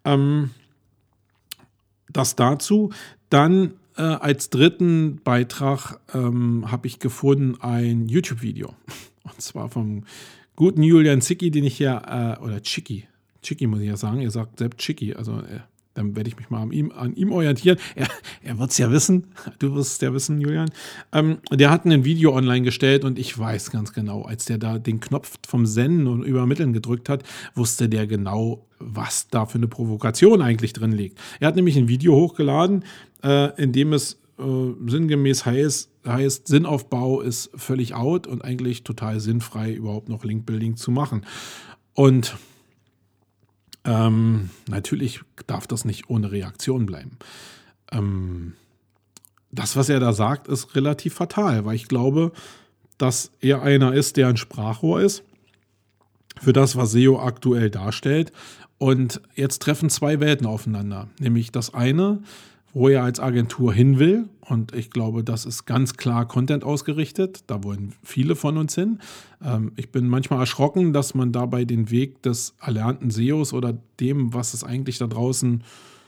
das dazu. Dann als dritten Beitrag habe ich gefunden ein YouTube-Video. Und zwar vom guten Julian Zicki, den ich ja, oder Zicki muss ich ja sagen, er sagt selbst Zicki, also dann werde ich mich mal an ihm orientieren. Er wird es ja wissen, du wirst es ja wissen, Julian. Der hat ein Video online gestellt und ich weiß ganz genau, als der da den Knopf vom Senden und Übermitteln gedrückt hat, wusste der genau, was da für eine Provokation eigentlich drin liegt. Er hat nämlich ein Video hochgeladen, in dem es sinngemäß heißt, Sinnaufbau ist völlig out und eigentlich total sinnfrei, überhaupt noch Link-Building zu machen. Und natürlich darf das nicht ohne Reaktion bleiben. Das, was er da sagt, ist relativ fatal, weil ich glaube, dass er einer ist, der ein Sprachrohr ist für das, was SEO aktuell darstellt. Und jetzt treffen zwei Welten aufeinander. Nämlich das eine, wo er als Agentur hin will. Und ich glaube, das ist ganz klar Content ausgerichtet. Da wollen viele von uns hin. Ich bin manchmal erschrocken, dass man dabei den Weg des erlernten SEOs oder dem, was es eigentlich da draußen,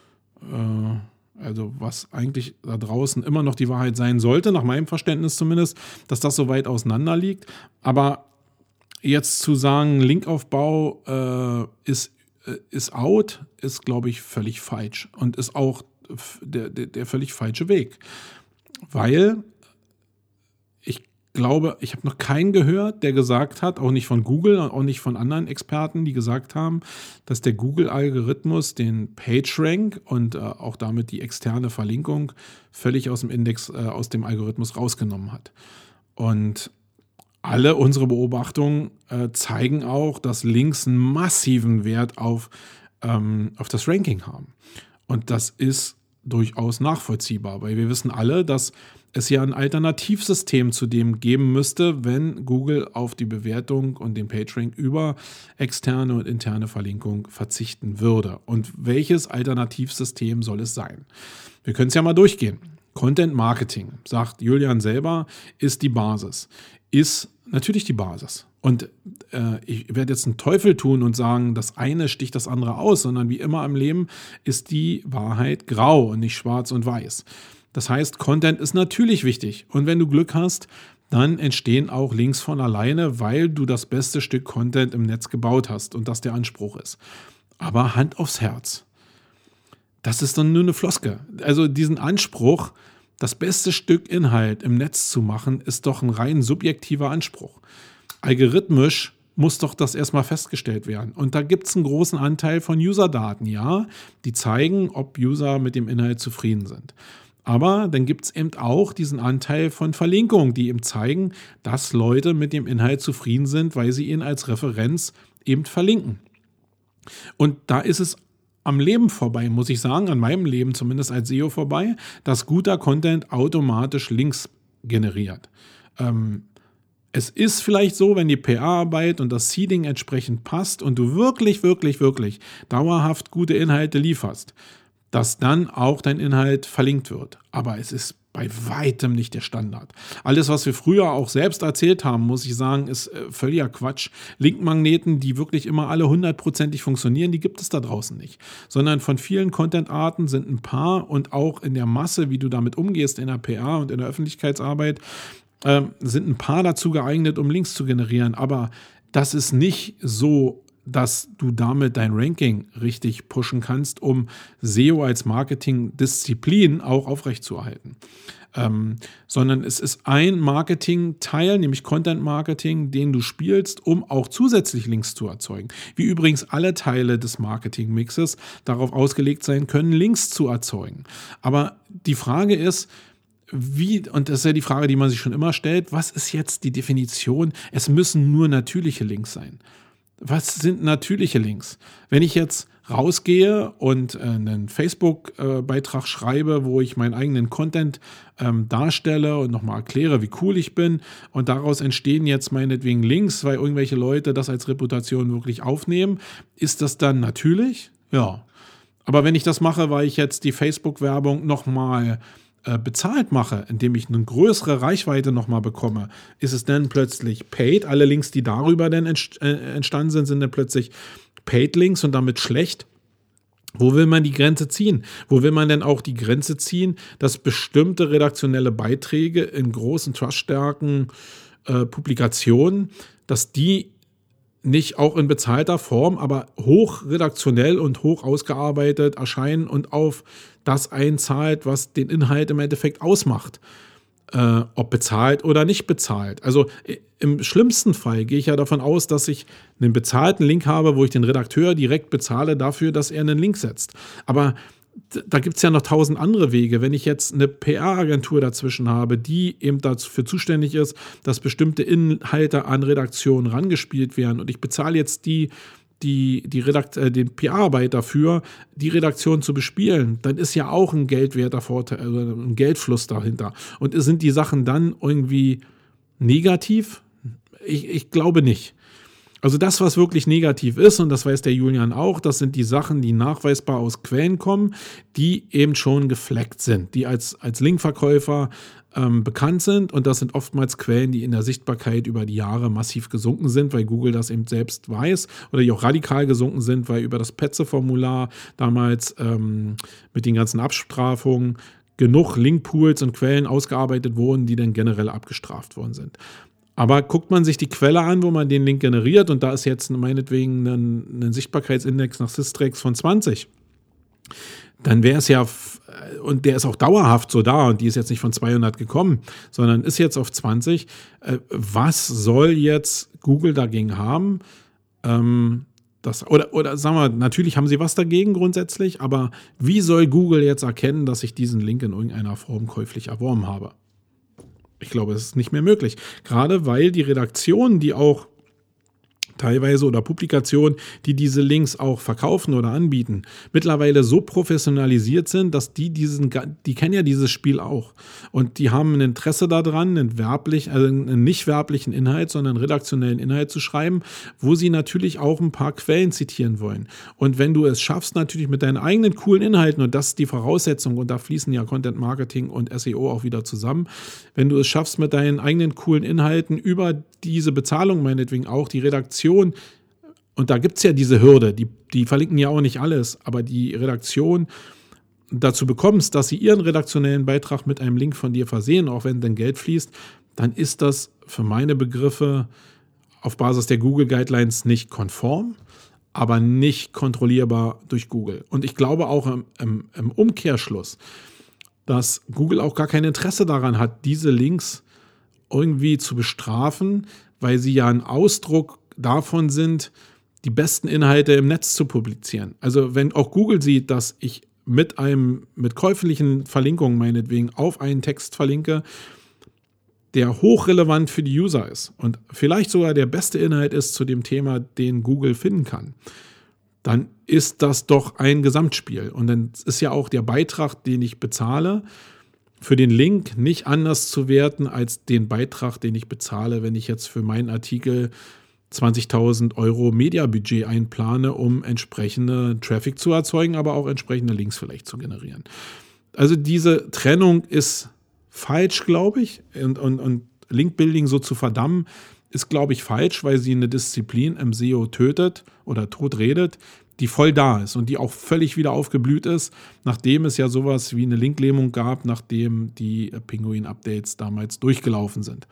was eigentlich da draußen immer noch die Wahrheit sein sollte, nach meinem Verständnis zumindest, dass das so weit auseinander liegt. Aber jetzt zu sagen, Linkaufbau ist out, ist, glaube ich, völlig falsch. Und ist auch der völlig falsche Weg. Weil ich glaube, ich habe noch keinen gehört, der gesagt hat, auch nicht von Google, auch nicht von anderen Experten, die gesagt haben, dass der Google-Algorithmus den PageRank und auch damit die externe Verlinkung völlig aus dem Index, aus dem Algorithmus rausgenommen hat. Und alle unsere Beobachtungen zeigen auch, dass Links einen massiven Wert auf das Ranking haben. Und das ist durchaus nachvollziehbar, weil wir wissen alle, dass es ja ein Alternativsystem zu dem geben müsste, wenn Google auf die Bewertung und den PageRank über externe und interne Verlinkung verzichten würde. Und welches Alternativsystem soll es sein? Wir können es ja mal durchgehen. Content Marketing, sagt Julian selber, ist die Basis. Ist natürlich die Basis. Und ich werde jetzt einen Teufel tun und sagen, das eine sticht das andere aus, sondern wie immer im Leben ist die Wahrheit grau und nicht schwarz und weiß. Das heißt, Content ist natürlich wichtig. Und wenn du Glück hast, dann entstehen auch Links von alleine, weil du das beste Stück Content im Netz gebaut hast und das der Anspruch ist. Aber Hand aufs Herz. Das ist dann nur eine Floskel. Also diesen Anspruch, das beste Stück Inhalt im Netz zu machen, ist doch ein rein subjektiver Anspruch. Algorithmisch muss doch das erstmal festgestellt werden. Und da gibt es einen großen Anteil von User-Daten, ja, die zeigen, ob User mit dem Inhalt zufrieden sind. Aber dann gibt es eben auch diesen Anteil von Verlinkungen, die eben zeigen, dass Leute mit dem Inhalt zufrieden sind, weil sie ihn als Referenz eben verlinken. Und da ist es am Leben vorbei, muss ich sagen, an meinem Leben zumindest als SEO vorbei, dass guter Content automatisch Links generiert. Es ist vielleicht so, wenn die PR-Arbeit und das Seeding entsprechend passt und du wirklich, wirklich, wirklich dauerhaft gute Inhalte lieferst, dass dann auch dein Inhalt verlinkt wird. Aber es ist bei weitem nicht der Standard. Alles, was wir früher auch selbst erzählt haben, muss ich sagen, ist völliger Quatsch. Linkmagneten, die wirklich immer alle 100%ig funktionieren, die gibt es da draußen nicht. Sondern von vielen Content-Arten sind ein paar und auch in der Masse, wie du damit umgehst, in der PR und in der Öffentlichkeitsarbeit, sind ein paar dazu geeignet, um Links zu generieren. Aber das ist nicht so, dass du damit dein Ranking richtig pushen kannst, um SEO als Marketingdisziplin auch aufrechtzuerhalten. Sondern es ist ein Marketing-Teil, nämlich Content-Marketing, den du spielst, um auch zusätzlich Links zu erzeugen. Wie übrigens alle Teile des Marketing-Mixes darauf ausgelegt sein können, Links zu erzeugen. Aber die Frage ist, und das ist ja die Frage, die man sich schon immer stellt, was ist jetzt die Definition? Es müssen nur natürliche Links sein. Was sind natürliche Links? Wenn ich jetzt rausgehe und einen Facebook-Beitrag schreibe, wo ich meinen eigenen Content darstelle und nochmal erkläre, wie cool ich bin und daraus entstehen jetzt meinetwegen Links, weil irgendwelche Leute das als Reputation wirklich aufnehmen, ist das dann natürlich? Ja. Aber wenn ich das mache, weil ich jetzt die Facebook-Werbung nochmal bezahlt mache, indem ich eine größere Reichweite nochmal bekomme, ist es dann plötzlich paid. Alle Links, die darüber dann entstanden sind, sind dann plötzlich Paid-Links und damit schlecht. Wo will man die Grenze ziehen? Wo will man denn auch die Grenze ziehen, dass bestimmte redaktionelle Beiträge in großen, truststarken Publikationen, dass die nicht auch in bezahlter Form, aber hoch redaktionell und hoch ausgearbeitet erscheinen und auf das einzahlt, was den Inhalt im Endeffekt ausmacht. Ob bezahlt oder nicht bezahlt. Also im schlimmsten Fall gehe ich ja davon aus, dass ich einen bezahlten Link habe, wo ich den Redakteur direkt bezahle dafür, dass er einen Link setzt. Aber da gibt es ja noch 1000 andere Wege. Wenn ich jetzt eine PR-Agentur dazwischen habe, die eben dafür zuständig ist, dass bestimmte Inhalte an Redaktionen rangespielt werden und ich bezahle jetzt den PR-Arbeit dafür, die Redaktion zu bespielen, dann ist ja auch ein geldwerter Vorteil, also ein Geldfluss dahinter. Und sind die Sachen dann irgendwie negativ? Ich glaube nicht. Also das, was wirklich negativ ist, und das weiß der Julian auch, das sind die Sachen, die nachweisbar aus Quellen kommen, die eben schon gefleckt sind, die als Linkverkäufer bekannt sind. Und das sind oftmals Quellen, die in der Sichtbarkeit über die Jahre massiv gesunken sind, weil Google das eben selbst weiß oder die auch radikal gesunken sind, weil über das Petze-Formular damals mit den ganzen Abstrafungen genug Linkpools und Quellen ausgearbeitet wurden, die dann generell abgestraft worden sind. Aber guckt man sich die Quelle an, wo man den Link generiert, und da ist jetzt meinetwegen ein Sichtbarkeitsindex nach Systrix von 20, dann wäre es ja, und der ist auch dauerhaft so da, und die ist jetzt nicht von 200 gekommen, sondern ist jetzt auf 20. Was soll jetzt Google dagegen haben? Oder sagen wir, natürlich haben sie was dagegen grundsätzlich, aber wie soll Google jetzt erkennen, dass ich diesen Link in irgendeiner Form käuflich erworben habe? Ich glaube, es ist nicht mehr möglich. Gerade weil die Redaktionen, die auch teilweise oder Publikationen, die diese Links auch verkaufen oder anbieten, mittlerweile so professionalisiert sind, dass die kennen ja dieses Spiel auch. Und die haben ein Interesse daran, einen nicht werblichen Inhalt, sondern einen redaktionellen Inhalt zu schreiben, wo sie natürlich auch ein paar Quellen zitieren wollen. Und wenn du es schaffst, natürlich mit deinen eigenen coolen Inhalten, und das ist die Voraussetzung, und da fließen ja Content Marketing und SEO auch wieder zusammen, wenn du es schaffst, mit deinen eigenen coolen Inhalten über diese Bezahlung meinetwegen auch die Redaktion, und da gibt es ja diese Hürde, die verlinken ja auch nicht alles, aber die Redaktion dazu bekommst, dass sie ihren redaktionellen Beitrag mit einem Link von dir versehen, auch wenn dann Geld fließt, dann ist das für meine Begriffe auf Basis der Google Guidelines nicht konform, aber nicht kontrollierbar durch Google. Und ich glaube auch im Umkehrschluss, dass Google auch gar kein Interesse daran hat, diese Links irgendwie zu bestrafen, weil sie ja ein Ausdruck davon sind, die besten Inhalte im Netz zu publizieren. Also wenn auch Google sieht, dass ich mit käuflichen Verlinkungen meinetwegen auf einen Text verlinke, der hochrelevant für die User ist und vielleicht sogar der beste Inhalt ist zu dem Thema, den Google finden kann, dann ist das doch ein Gesamtspiel. Und dann ist ja auch der Beitrag, den ich bezahle, für den Link nicht anders zu werten als den Beitrag, den ich bezahle, wenn ich jetzt für meinen Artikel 20.000 € Mediabudget einplane, um entsprechende Traffic zu erzeugen, aber auch entsprechende Links vielleicht zu generieren. Also diese Trennung ist falsch, glaube ich. Und Linkbuilding so zu verdammen, ist, glaube ich, falsch, weil sie eine Disziplin im SEO tötet oder totredet, die voll da ist und die auch völlig wieder aufgeblüht ist, nachdem es ja sowas wie eine Linklähmung gab, nachdem die Pinguin-Updates damals durchgelaufen sind.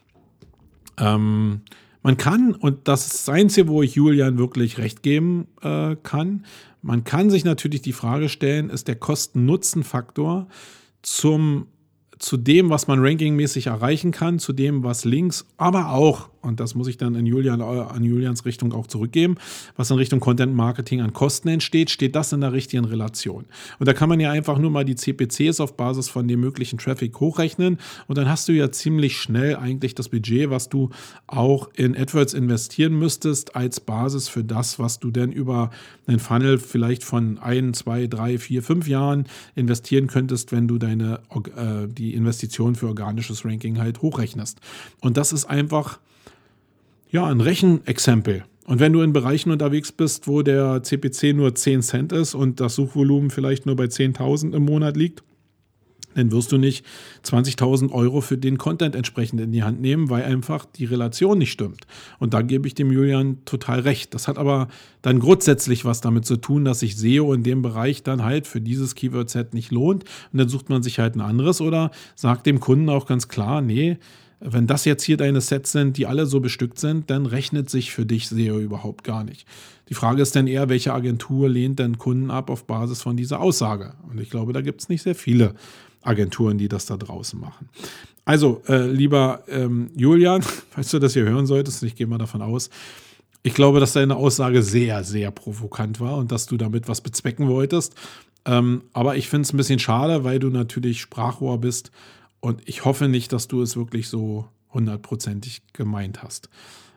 Man kann, und das ist das Einzige, wo ich Julian wirklich recht geben kann, man kann sich natürlich die Frage stellen, ist der Kosten-Nutzen-Faktor zu dem, was man rankingmäßig erreichen kann, zu dem, was Links, aber auch, und das muss ich dann an Julians Richtung auch zurückgeben, was in Richtung Content Marketing an Kosten entsteht, steht das in der richtigen Relation. Und da kann man ja einfach nur mal die CPCs auf Basis von dem möglichen Traffic hochrechnen und dann hast du ja ziemlich schnell eigentlich das Budget, was du auch in AdWords investieren müsstest, als Basis für das, was du denn über einen Funnel vielleicht von 1, 2, 3, 4, 5 Jahren investieren könntest, wenn du die Investition für organisches Ranking halt hochrechnest. Und das ist einfach ein Rechenexempel. Und wenn du in Bereichen unterwegs bist, wo der CPC nur 10 Cent ist und das Suchvolumen vielleicht nur bei 10.000 im Monat liegt, dann wirst du nicht 20.000 € für den Content entsprechend in die Hand nehmen, weil einfach die Relation nicht stimmt. Und da gebe ich dem Julian total recht. Das hat aber dann grundsätzlich was damit zu tun, dass sich SEO in dem Bereich dann halt für dieses Keyword-Set nicht lohnt. Und dann sucht man sich halt ein anderes oder sagt dem Kunden auch ganz klar, nee, wenn das jetzt hier deine Sets sind, die alle so bestückt sind, dann rechnet sich für dich SEO überhaupt gar nicht. Die Frage ist dann eher, welche Agentur lehnt denn Kunden ab auf Basis von dieser Aussage? Und ich glaube, da gibt es nicht sehr viele Agenturen, die das da draußen machen. Also, lieber Julian, falls du das hier hören solltest, ich gehe mal davon aus, ich glaube, dass deine Aussage sehr, sehr provokant war und dass du damit was bezwecken wolltest. Aber ich finde es ein bisschen schade, weil du natürlich Sprachrohr bist und ich hoffe nicht, dass du es wirklich so 100%ig gemeint hast.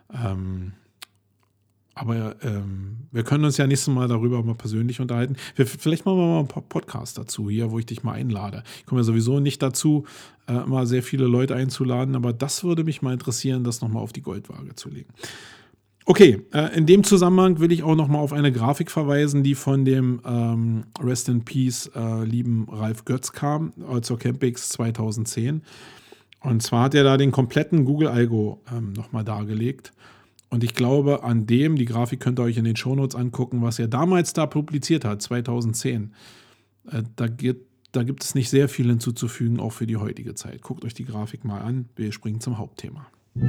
Aber wir können uns ja nächstes Mal darüber mal persönlich unterhalten. Vielleicht machen wir mal einen Podcast dazu hier, wo ich dich mal einlade. Ich komme ja sowieso nicht dazu, mal sehr viele Leute einzuladen, aber das würde mich mal interessieren, das nochmal auf die Goldwaage zu legen. Okay, in dem Zusammenhang will ich auch nochmal auf eine Grafik verweisen, die von dem Rest in Peace lieben Ralf Götz kam, zur Campix 2010. Und zwar hat er da den kompletten Google-Algo nochmal dargelegt. Und ich glaube, die Grafik könnt ihr euch in den Shownotes angucken, was er damals da publiziert hat, 2010. Da gibt es nicht sehr viel hinzuzufügen, auch für die heutige Zeit. Guckt euch die Grafik mal an. Wir springen zum Hauptthema.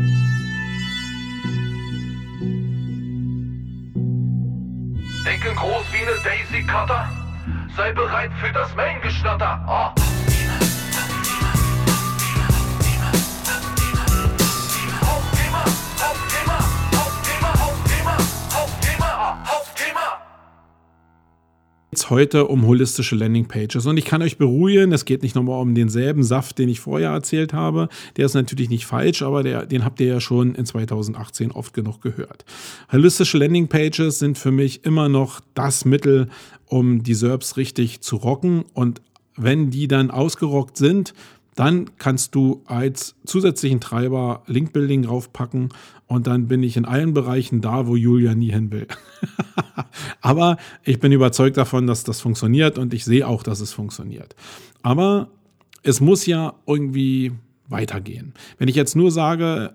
Denken groß wie eine Daisy Cutter. Sei bereit für das Main-Geschnatter. Oh. heute um holistische Landingpages. Und ich kann euch beruhigen, es geht nicht nochmal um denselben Saft, den ich vorher erzählt habe. Der ist natürlich nicht falsch, aber den habt ihr ja schon in 2018 oft genug gehört. Holistische Landingpages sind für mich immer noch das Mittel, um die SERPs richtig zu rocken. Und wenn die dann ausgerockt sind, dann kannst du als zusätzlichen Treiber Linkbuilding draufpacken und dann bin ich in allen Bereichen da, wo Julia nie hin will. Aber ich bin überzeugt davon, dass das funktioniert und ich sehe auch, dass es funktioniert. Aber es muss ja irgendwie weitergehen. Wenn ich jetzt nur sage,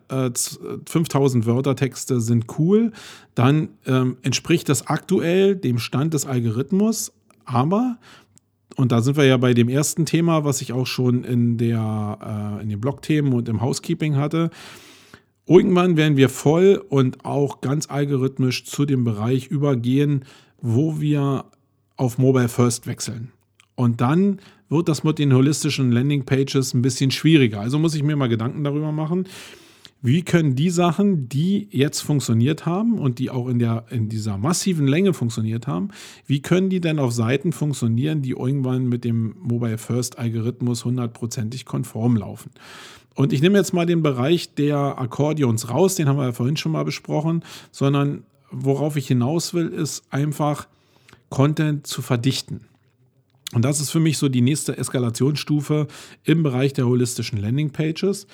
5000 Wörtertexte sind cool, dann entspricht das aktuell dem Stand des Algorithmus, aber und da sind wir ja bei dem ersten Thema, was ich auch schon in den Blog-Themen und im Housekeeping hatte. Irgendwann werden wir voll und auch ganz algorithmisch zu dem Bereich übergehen, wo wir auf Mobile First wechseln. Und dann wird das mit den holistischen Landingpages ein bisschen schwieriger. Also muss ich mir mal Gedanken darüber machen, wie können die Sachen, die jetzt funktioniert haben und die auch in dieser massiven Länge funktioniert haben, wie können die denn auf Seiten funktionieren, die irgendwann mit dem Mobile First Algorithmus 100%ig konform laufen? Und ich nehme jetzt mal den Bereich der Akkordeons raus, den haben wir ja vorhin schon mal besprochen, sondern worauf ich hinaus will, ist einfach Content zu verdichten. Und das ist für mich so die nächste Eskalationsstufe im Bereich der holistischen Landingpages.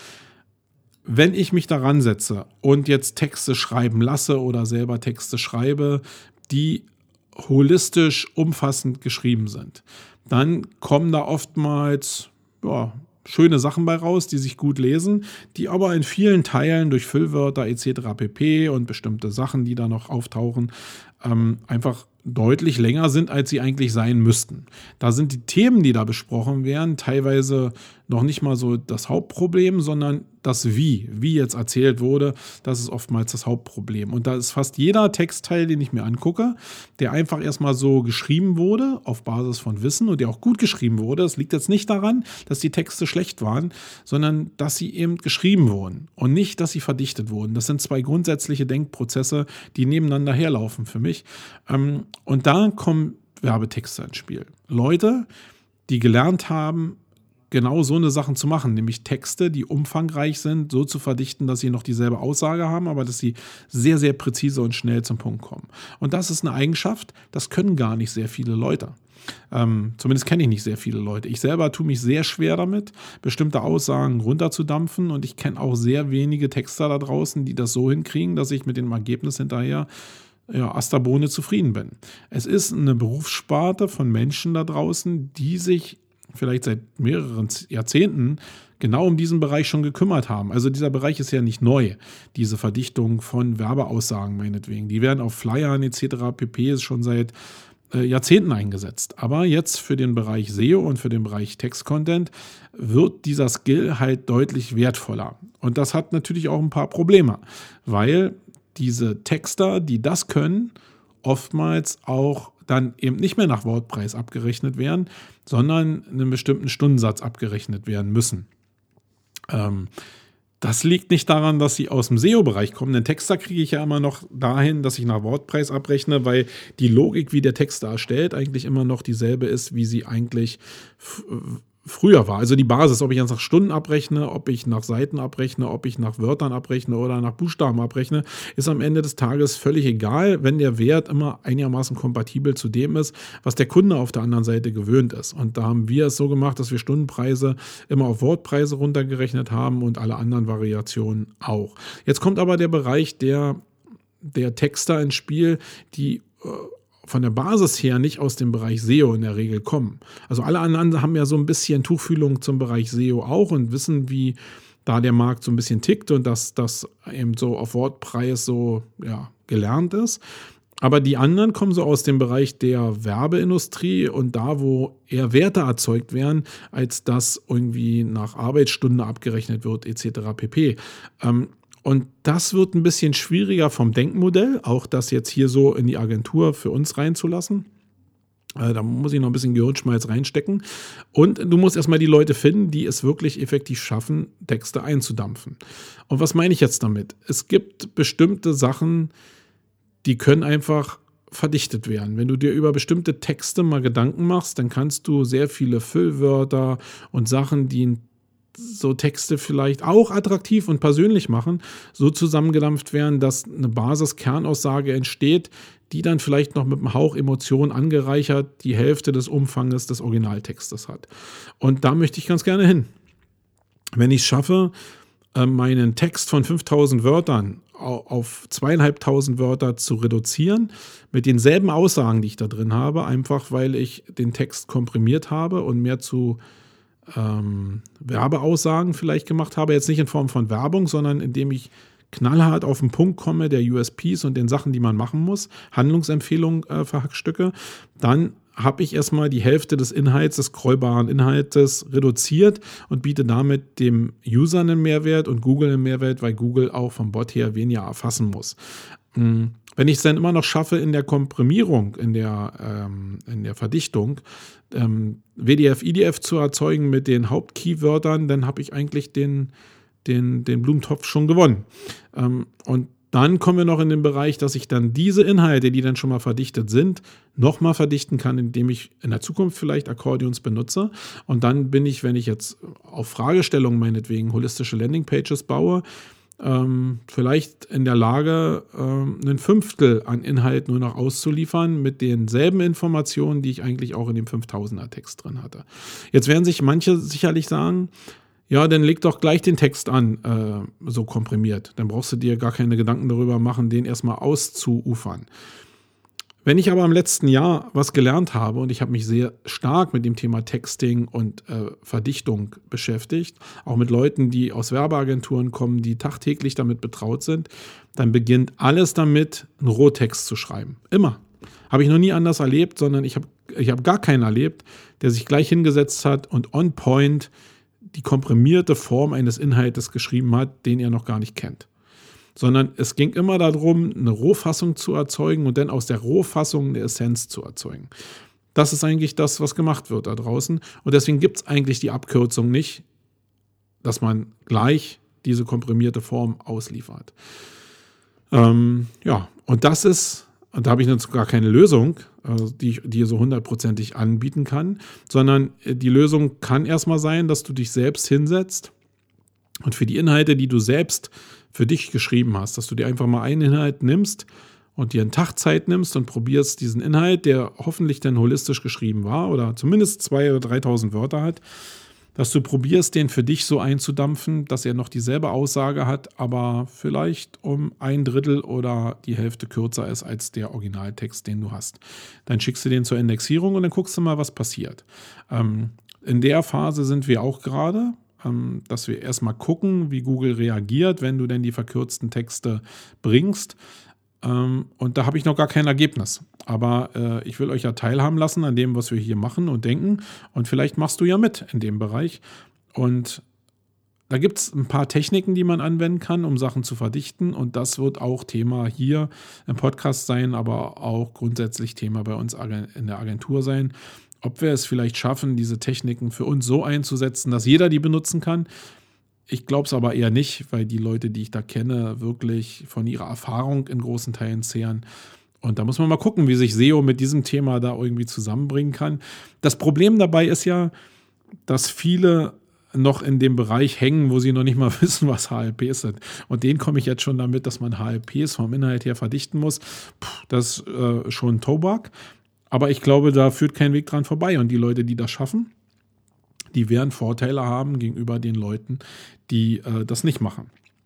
Wenn ich mich daran setze und jetzt Texte schreiben lasse oder selber Texte schreibe, die holistisch umfassend geschrieben sind, dann kommen da oftmals schöne Sachen bei raus, die sich gut lesen, die aber in vielen Teilen durch Füllwörter etc. pp. Und bestimmte Sachen, die da noch auftauchen, einfach deutlich länger sind, als sie eigentlich sein müssten. Da sind die Themen, die da besprochen werden, teilweise noch nicht mal so das Hauptproblem, sondern das wie jetzt erzählt wurde, das ist oftmals das Hauptproblem. Und da ist fast jeder Textteil, den ich mir angucke, der einfach erstmal so geschrieben wurde, auf Basis von Wissen und der auch gut geschrieben wurde. Das liegt jetzt nicht daran, dass die Texte schlecht waren, sondern dass sie eben geschrieben wurden und nicht, dass sie verdichtet wurden. Das sind zwei grundsätzliche Denkprozesse, die nebeneinander herlaufen für mich. Und da kommen Werbetexte ins Spiel. Leute, die gelernt haben, genau so eine Sachen zu machen, nämlich Texte, die umfangreich sind, so zu verdichten, dass sie noch dieselbe Aussage haben, aber dass sie sehr, sehr präzise und schnell zum Punkt kommen. Und das ist eine Eigenschaft, das können gar nicht sehr viele Leute. Zumindest kenne ich nicht sehr viele Leute. Ich selber tue mich sehr schwer damit, bestimmte Aussagen runterzudampfen und ich kenne auch sehr wenige Texter da draußen, die das so hinkriegen, dass ich mit dem Ergebnis hinterher Asterbohne zufrieden bin. Es ist eine Berufssparte von Menschen da draußen, die sich vielleicht seit mehreren Jahrzehnten genau um diesen Bereich schon gekümmert haben. Also dieser Bereich ist ja nicht neu, diese Verdichtung von Werbeaussagen meinetwegen. Die werden auf Flyern etc. pp. Schon seit Jahrzehnten eingesetzt. Aber jetzt für den Bereich SEO und für den Bereich Textcontent wird dieser Skill halt deutlich wertvoller. Und das hat natürlich auch ein paar Probleme, weil diese Texter, die das können, oftmals auch dann eben nicht mehr nach Wortpreis abgerechnet werden, sondern einen bestimmten Stundensatz abgerechnet werden müssen. Das liegt nicht daran, dass sie aus dem SEO-Bereich kommen. Den Texter kriege ich ja immer noch dahin, dass ich nach Wortpreis abrechne, weil die Logik, wie der Texter erstellt, eigentlich immer noch dieselbe ist, wie sie eigentlich früher war. Also die Basis, ob ich jetzt nach Stunden abrechne, ob ich nach Seiten abrechne, ob ich nach Wörtern abrechne oder nach Buchstaben abrechne, ist am Ende des Tages völlig egal, wenn der Wert immer einigermaßen kompatibel zu dem ist, was der Kunde auf der anderen Seite gewöhnt ist. Und da haben wir es so gemacht, dass wir Stundenpreise immer auf Wortpreise runtergerechnet haben und alle anderen Variationen auch. Jetzt kommt aber der Bereich der Texter ins Spiel, die von der Basis her nicht aus dem Bereich SEO in der Regel kommen. Also alle anderen haben ja so ein bisschen Tuchfühlung zum Bereich SEO auch und wissen, wie da der Markt so ein bisschen tickt und dass das eben so auf Wortpreis so gelernt ist. Aber die anderen kommen so aus dem Bereich der Werbeindustrie und da, wo eher Werte erzeugt werden, als dass irgendwie nach Arbeitsstunde abgerechnet wird etc. pp. Und das wird ein bisschen schwieriger vom Denkmodell, auch das jetzt hier so in die Agentur für uns reinzulassen. Da muss ich noch ein bisschen Gehirnschmalz reinstecken. Und du musst erstmal die Leute finden, die es wirklich effektiv schaffen, Texte einzudampfen. Und was meine ich jetzt damit? Es gibt bestimmte Sachen, die können einfach verdichtet werden. Wenn du dir über bestimmte Texte mal Gedanken machst, dann kannst du sehr viele Füllwörter und Sachen, die so Texte vielleicht auch attraktiv und persönlich machen, so zusammengedampft werden, dass eine Basis-Kernaussage entsteht, die dann vielleicht noch mit einem Hauch Emotion angereichert die Hälfte des Umfanges des Originaltextes hat. Und da möchte ich ganz gerne hin. Wenn ich es schaffe, meinen Text von 5000 Wörtern auf 2500 Wörter zu reduzieren, mit denselben Aussagen, die ich da drin habe, einfach weil ich den Text komprimiert habe und mehr zu Werbeaussagen vielleicht gemacht habe, jetzt nicht in Form von Werbung, sondern indem ich knallhart auf den Punkt komme, der USPs und den Sachen, die man machen muss, Handlungsempfehlungen verhackstücke, dann habe ich erstmal die Hälfte des Inhalts, des scrollbaren Inhaltes reduziert und biete damit dem User einen Mehrwert und Google einen Mehrwert, weil Google auch vom Bot her weniger erfassen muss. Wenn ich es dann immer noch schaffe, in der Komprimierung, in der Verdichtung, WDF, IDF zu erzeugen mit den Hauptkeywörtern, dann habe ich eigentlich den Blumentopf schon gewonnen. Und dann kommen wir noch in den Bereich, dass ich dann diese Inhalte, die dann schon mal verdichtet sind, nochmal verdichten kann, indem ich in der Zukunft vielleicht Akkordeons benutze. Und dann bin ich, wenn ich jetzt auf Fragestellungen meinetwegen holistische Landingpages baue, vielleicht in der Lage, ein Fünftel an Inhalt nur noch auszuliefern mit denselben Informationen, die ich eigentlich auch in dem 5000er-Text drin hatte. Jetzt werden sich manche sicherlich sagen, ja, dann leg doch gleich den Text an, so komprimiert. Dann brauchst du dir gar keine Gedanken darüber machen, den erstmal auszuufern. Wenn ich aber im letzten Jahr was gelernt habe und ich habe mich sehr stark mit dem Thema Texting und Verdichtung beschäftigt, auch mit Leuten, die aus Werbeagenturen kommen, die tagtäglich damit betraut sind, dann beginnt alles damit, einen Rohtext zu schreiben. Immer. Habe ich noch nie anders erlebt, sondern ich hab gar keinen erlebt, der sich gleich hingesetzt hat und on point die komprimierte Form eines Inhaltes geschrieben hat, den er noch gar nicht kennt. Sondern es ging immer darum, eine Rohfassung zu erzeugen und dann aus der Rohfassung eine Essenz zu erzeugen. Das ist eigentlich das, was gemacht wird da draußen. Und deswegen gibt es eigentlich die Abkürzung nicht, dass man gleich diese komprimierte Form ausliefert. Und das ist, und da habe ich jetzt gar keine Lösung, die ich dir so 100%ig anbieten kann, sondern die Lösung kann erstmal sein, dass du dich selbst hinsetzt und für die Inhalte, die du selbst für dich geschrieben hast, dass du dir einfach mal einen Inhalt nimmst und dir einen Tag Zeit nimmst und probierst diesen Inhalt, der hoffentlich dann holistisch geschrieben war oder zumindest 2.000 oder 3.000 Wörter hat, dass du probierst, den für dich so einzudampfen, dass er noch dieselbe Aussage hat, aber vielleicht um 1/3 oder die Hälfte kürzer ist als der Originaltext, den du hast. Dann schickst du den zur Indexierung und dann guckst du mal, was passiert. In der Phase sind wir auch gerade, dass wir erstmal gucken, wie Google reagiert, wenn du denn die verkürzten Texte bringst. Und da habe ich noch gar kein Ergebnis. Aber ich will euch ja teilhaben lassen an dem, was wir hier machen und denken. Und vielleicht machst du ja mit in dem Bereich. Und da gibt es ein paar Techniken, die man anwenden kann, um Sachen zu verdichten. Und das wird auch Thema hier im Podcast sein, aber auch grundsätzlich Thema bei uns in der Agentur sein. Ob wir es vielleicht schaffen, diese Techniken für uns so einzusetzen, dass jeder die benutzen kann. Ich glaube es aber eher nicht, weil die Leute, die ich da kenne, wirklich von ihrer Erfahrung in großen Teilen zehren. Und da muss man mal gucken, wie sich SEO mit diesem Thema da irgendwie zusammenbringen kann. Das Problem dabei ist ja, dass viele noch in dem Bereich hängen, wo sie noch nicht mal wissen, was HLPs sind. Und denen komme ich jetzt schon damit, dass man HLPs vom Inhalt her verdichten muss. Das ist schon Tobak. Aber ich glaube, da führt kein Weg dran vorbei. Und die Leute, die das schaffen, die werden Vorteile haben gegenüber den Leuten, die das nicht machen.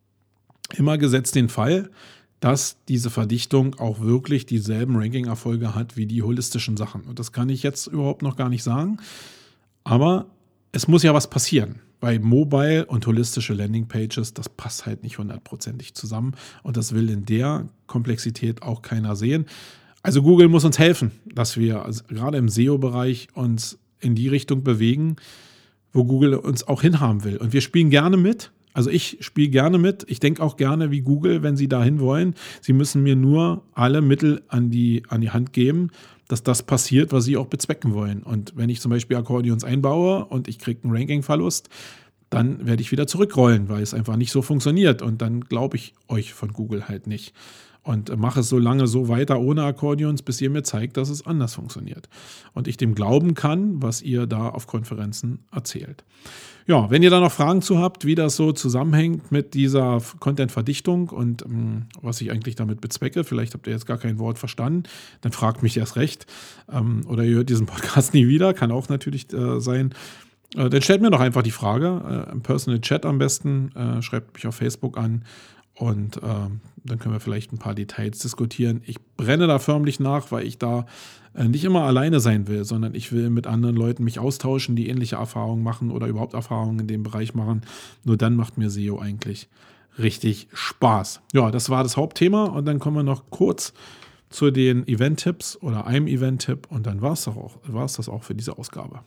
Immer gesetzt den Fall, dass diese Verdichtung auch wirklich dieselben Ranking-Erfolge hat wie die holistischen Sachen. Und das kann ich jetzt überhaupt noch gar nicht sagen. Aber es muss ja was passieren. Bei Mobile und holistische Landingpages, das passt halt nicht 100%ig zusammen. Und das will in der Komplexität auch keiner sehen. Also Google muss uns helfen, dass wir gerade im SEO-Bereich uns in die Richtung bewegen, wo Google uns auch hinhaben will. Und wir spielen gerne mit. Also ich spiele gerne mit. Ich denke auch gerne wie Google, wenn sie dahin wollen. Sie müssen mir nur alle Mittel an die Hand geben, dass das passiert, was sie auch bezwecken wollen. Und wenn ich zum Beispiel Akkordeons einbaue und ich kriege einen Ranking-Verlust, dann werde ich wieder zurückrollen, weil es einfach nicht so funktioniert. Und dann glaube ich euch von Google halt nicht. und mache es so lange so weiter ohne Akkordeons, bis ihr mir zeigt, dass es anders funktioniert. Und ich dem glauben kann, was ihr da auf Konferenzen erzählt. Ja, wenn ihr da noch Fragen zu habt, wie das so zusammenhängt mit dieser Content-Verdichtung und was ich eigentlich damit bezwecke, vielleicht habt ihr jetzt gar kein Wort verstanden, dann fragt mich erst recht. Oder ihr hört diesen Podcast nie wieder, kann auch natürlich sein. Dann stellt mir doch einfach die Frage, im Personal Chat am besten, schreibt mich auf Facebook an und dann können wir vielleicht ein paar Details diskutieren. Ich brenne da förmlich nach, weil ich da nicht immer alleine sein will, sondern ich will mit anderen Leuten mich austauschen, die ähnliche Erfahrungen machen oder überhaupt Erfahrungen in dem Bereich machen. Nur dann macht mir SEO eigentlich richtig Spaß. Ja, das war das Hauptthema und dann kommen wir noch kurz zu den Event-Tipps oder einem Event-Tipp und dann war es das auch für diese Ausgabe.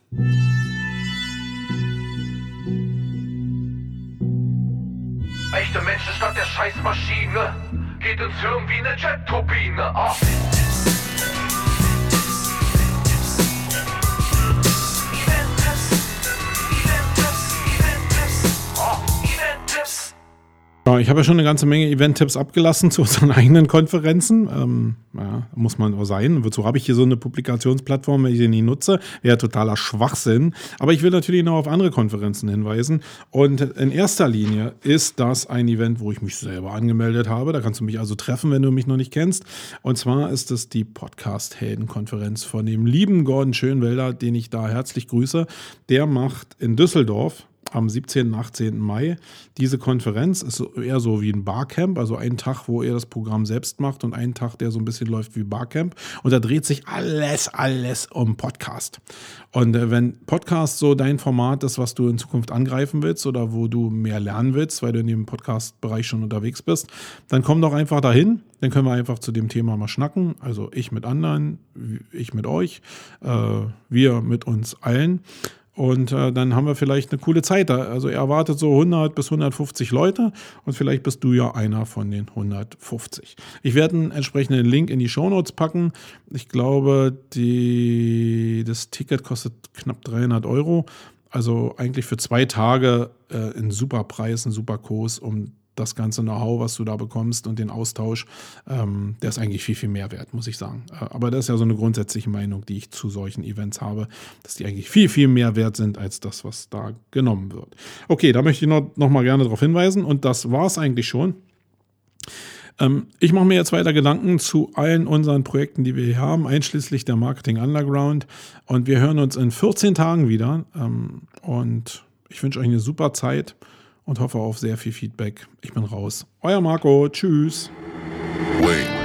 Echte Menschen statt der Scheißmaschine. Geht ins Hirn wie eine Jet-Turbine. Oh. Ja, ich habe ja schon eine ganze Menge Event-Tipps abgelassen zu unseren eigenen Konferenzen. Ja, muss man auch sein. Wozu habe ich hier so eine Publikationsplattform, wenn ich sie nie nutze? Wäre totaler Schwachsinn. Aber ich will natürlich noch auf andere Konferenzen hinweisen. Und in erster Linie ist das ein Event, wo ich mich selber angemeldet habe. Da kannst du mich also treffen, wenn du mich noch nicht kennst. Und zwar ist es die Podcast-Helden-Konferenz von dem lieben Gordon Schönwelder, den ich da herzlich grüße. Der macht in Düsseldorf am 17. und 18. Mai diese Konferenz. Ist eher so wie ein Barcamp, also ein Tag, wo er das Programm selbst macht und ein Tag, der so ein bisschen läuft wie Barcamp. Und da dreht sich alles um Podcast. Und wenn Podcast so dein Format ist, was du in Zukunft angreifen willst oder wo du mehr lernen willst, weil du in dem Podcast-Bereich schon unterwegs bist, dann komm doch einfach dahin. Dann können wir einfach zu dem Thema mal schnacken. Also ich mit anderen, ich mit euch, wir mit uns allen. Und dann haben wir vielleicht eine coole Zeit. Also er erwartet so 100 bis 150 Leute und vielleicht bist du ja einer von den 150. Ich werde einen entsprechenden Link in die Shownotes packen. Ich glaube, das Ticket kostet knapp 300 €. Also eigentlich für 2 Tage ein super Preis, ein super Kurs, um das ganze Know-how, was du da bekommst und den Austausch, der ist eigentlich viel, viel mehr wert, muss ich sagen. Aber das ist ja so eine grundsätzliche Meinung, die ich zu solchen Events habe, dass die eigentlich viel, viel mehr wert sind als das, was da genommen wird. Okay, da möchte ich noch mal gerne darauf hinweisen und das war es eigentlich schon. Ich mache mir jetzt weiter Gedanken zu allen unseren Projekten, die wir hier haben, einschließlich der Marketing Underground und wir hören uns in 14 Tagen wieder und ich wünsche euch eine super Zeit und hoffe auf sehr viel Feedback. Ich bin raus. Euer Marco. Tschüss. Wait.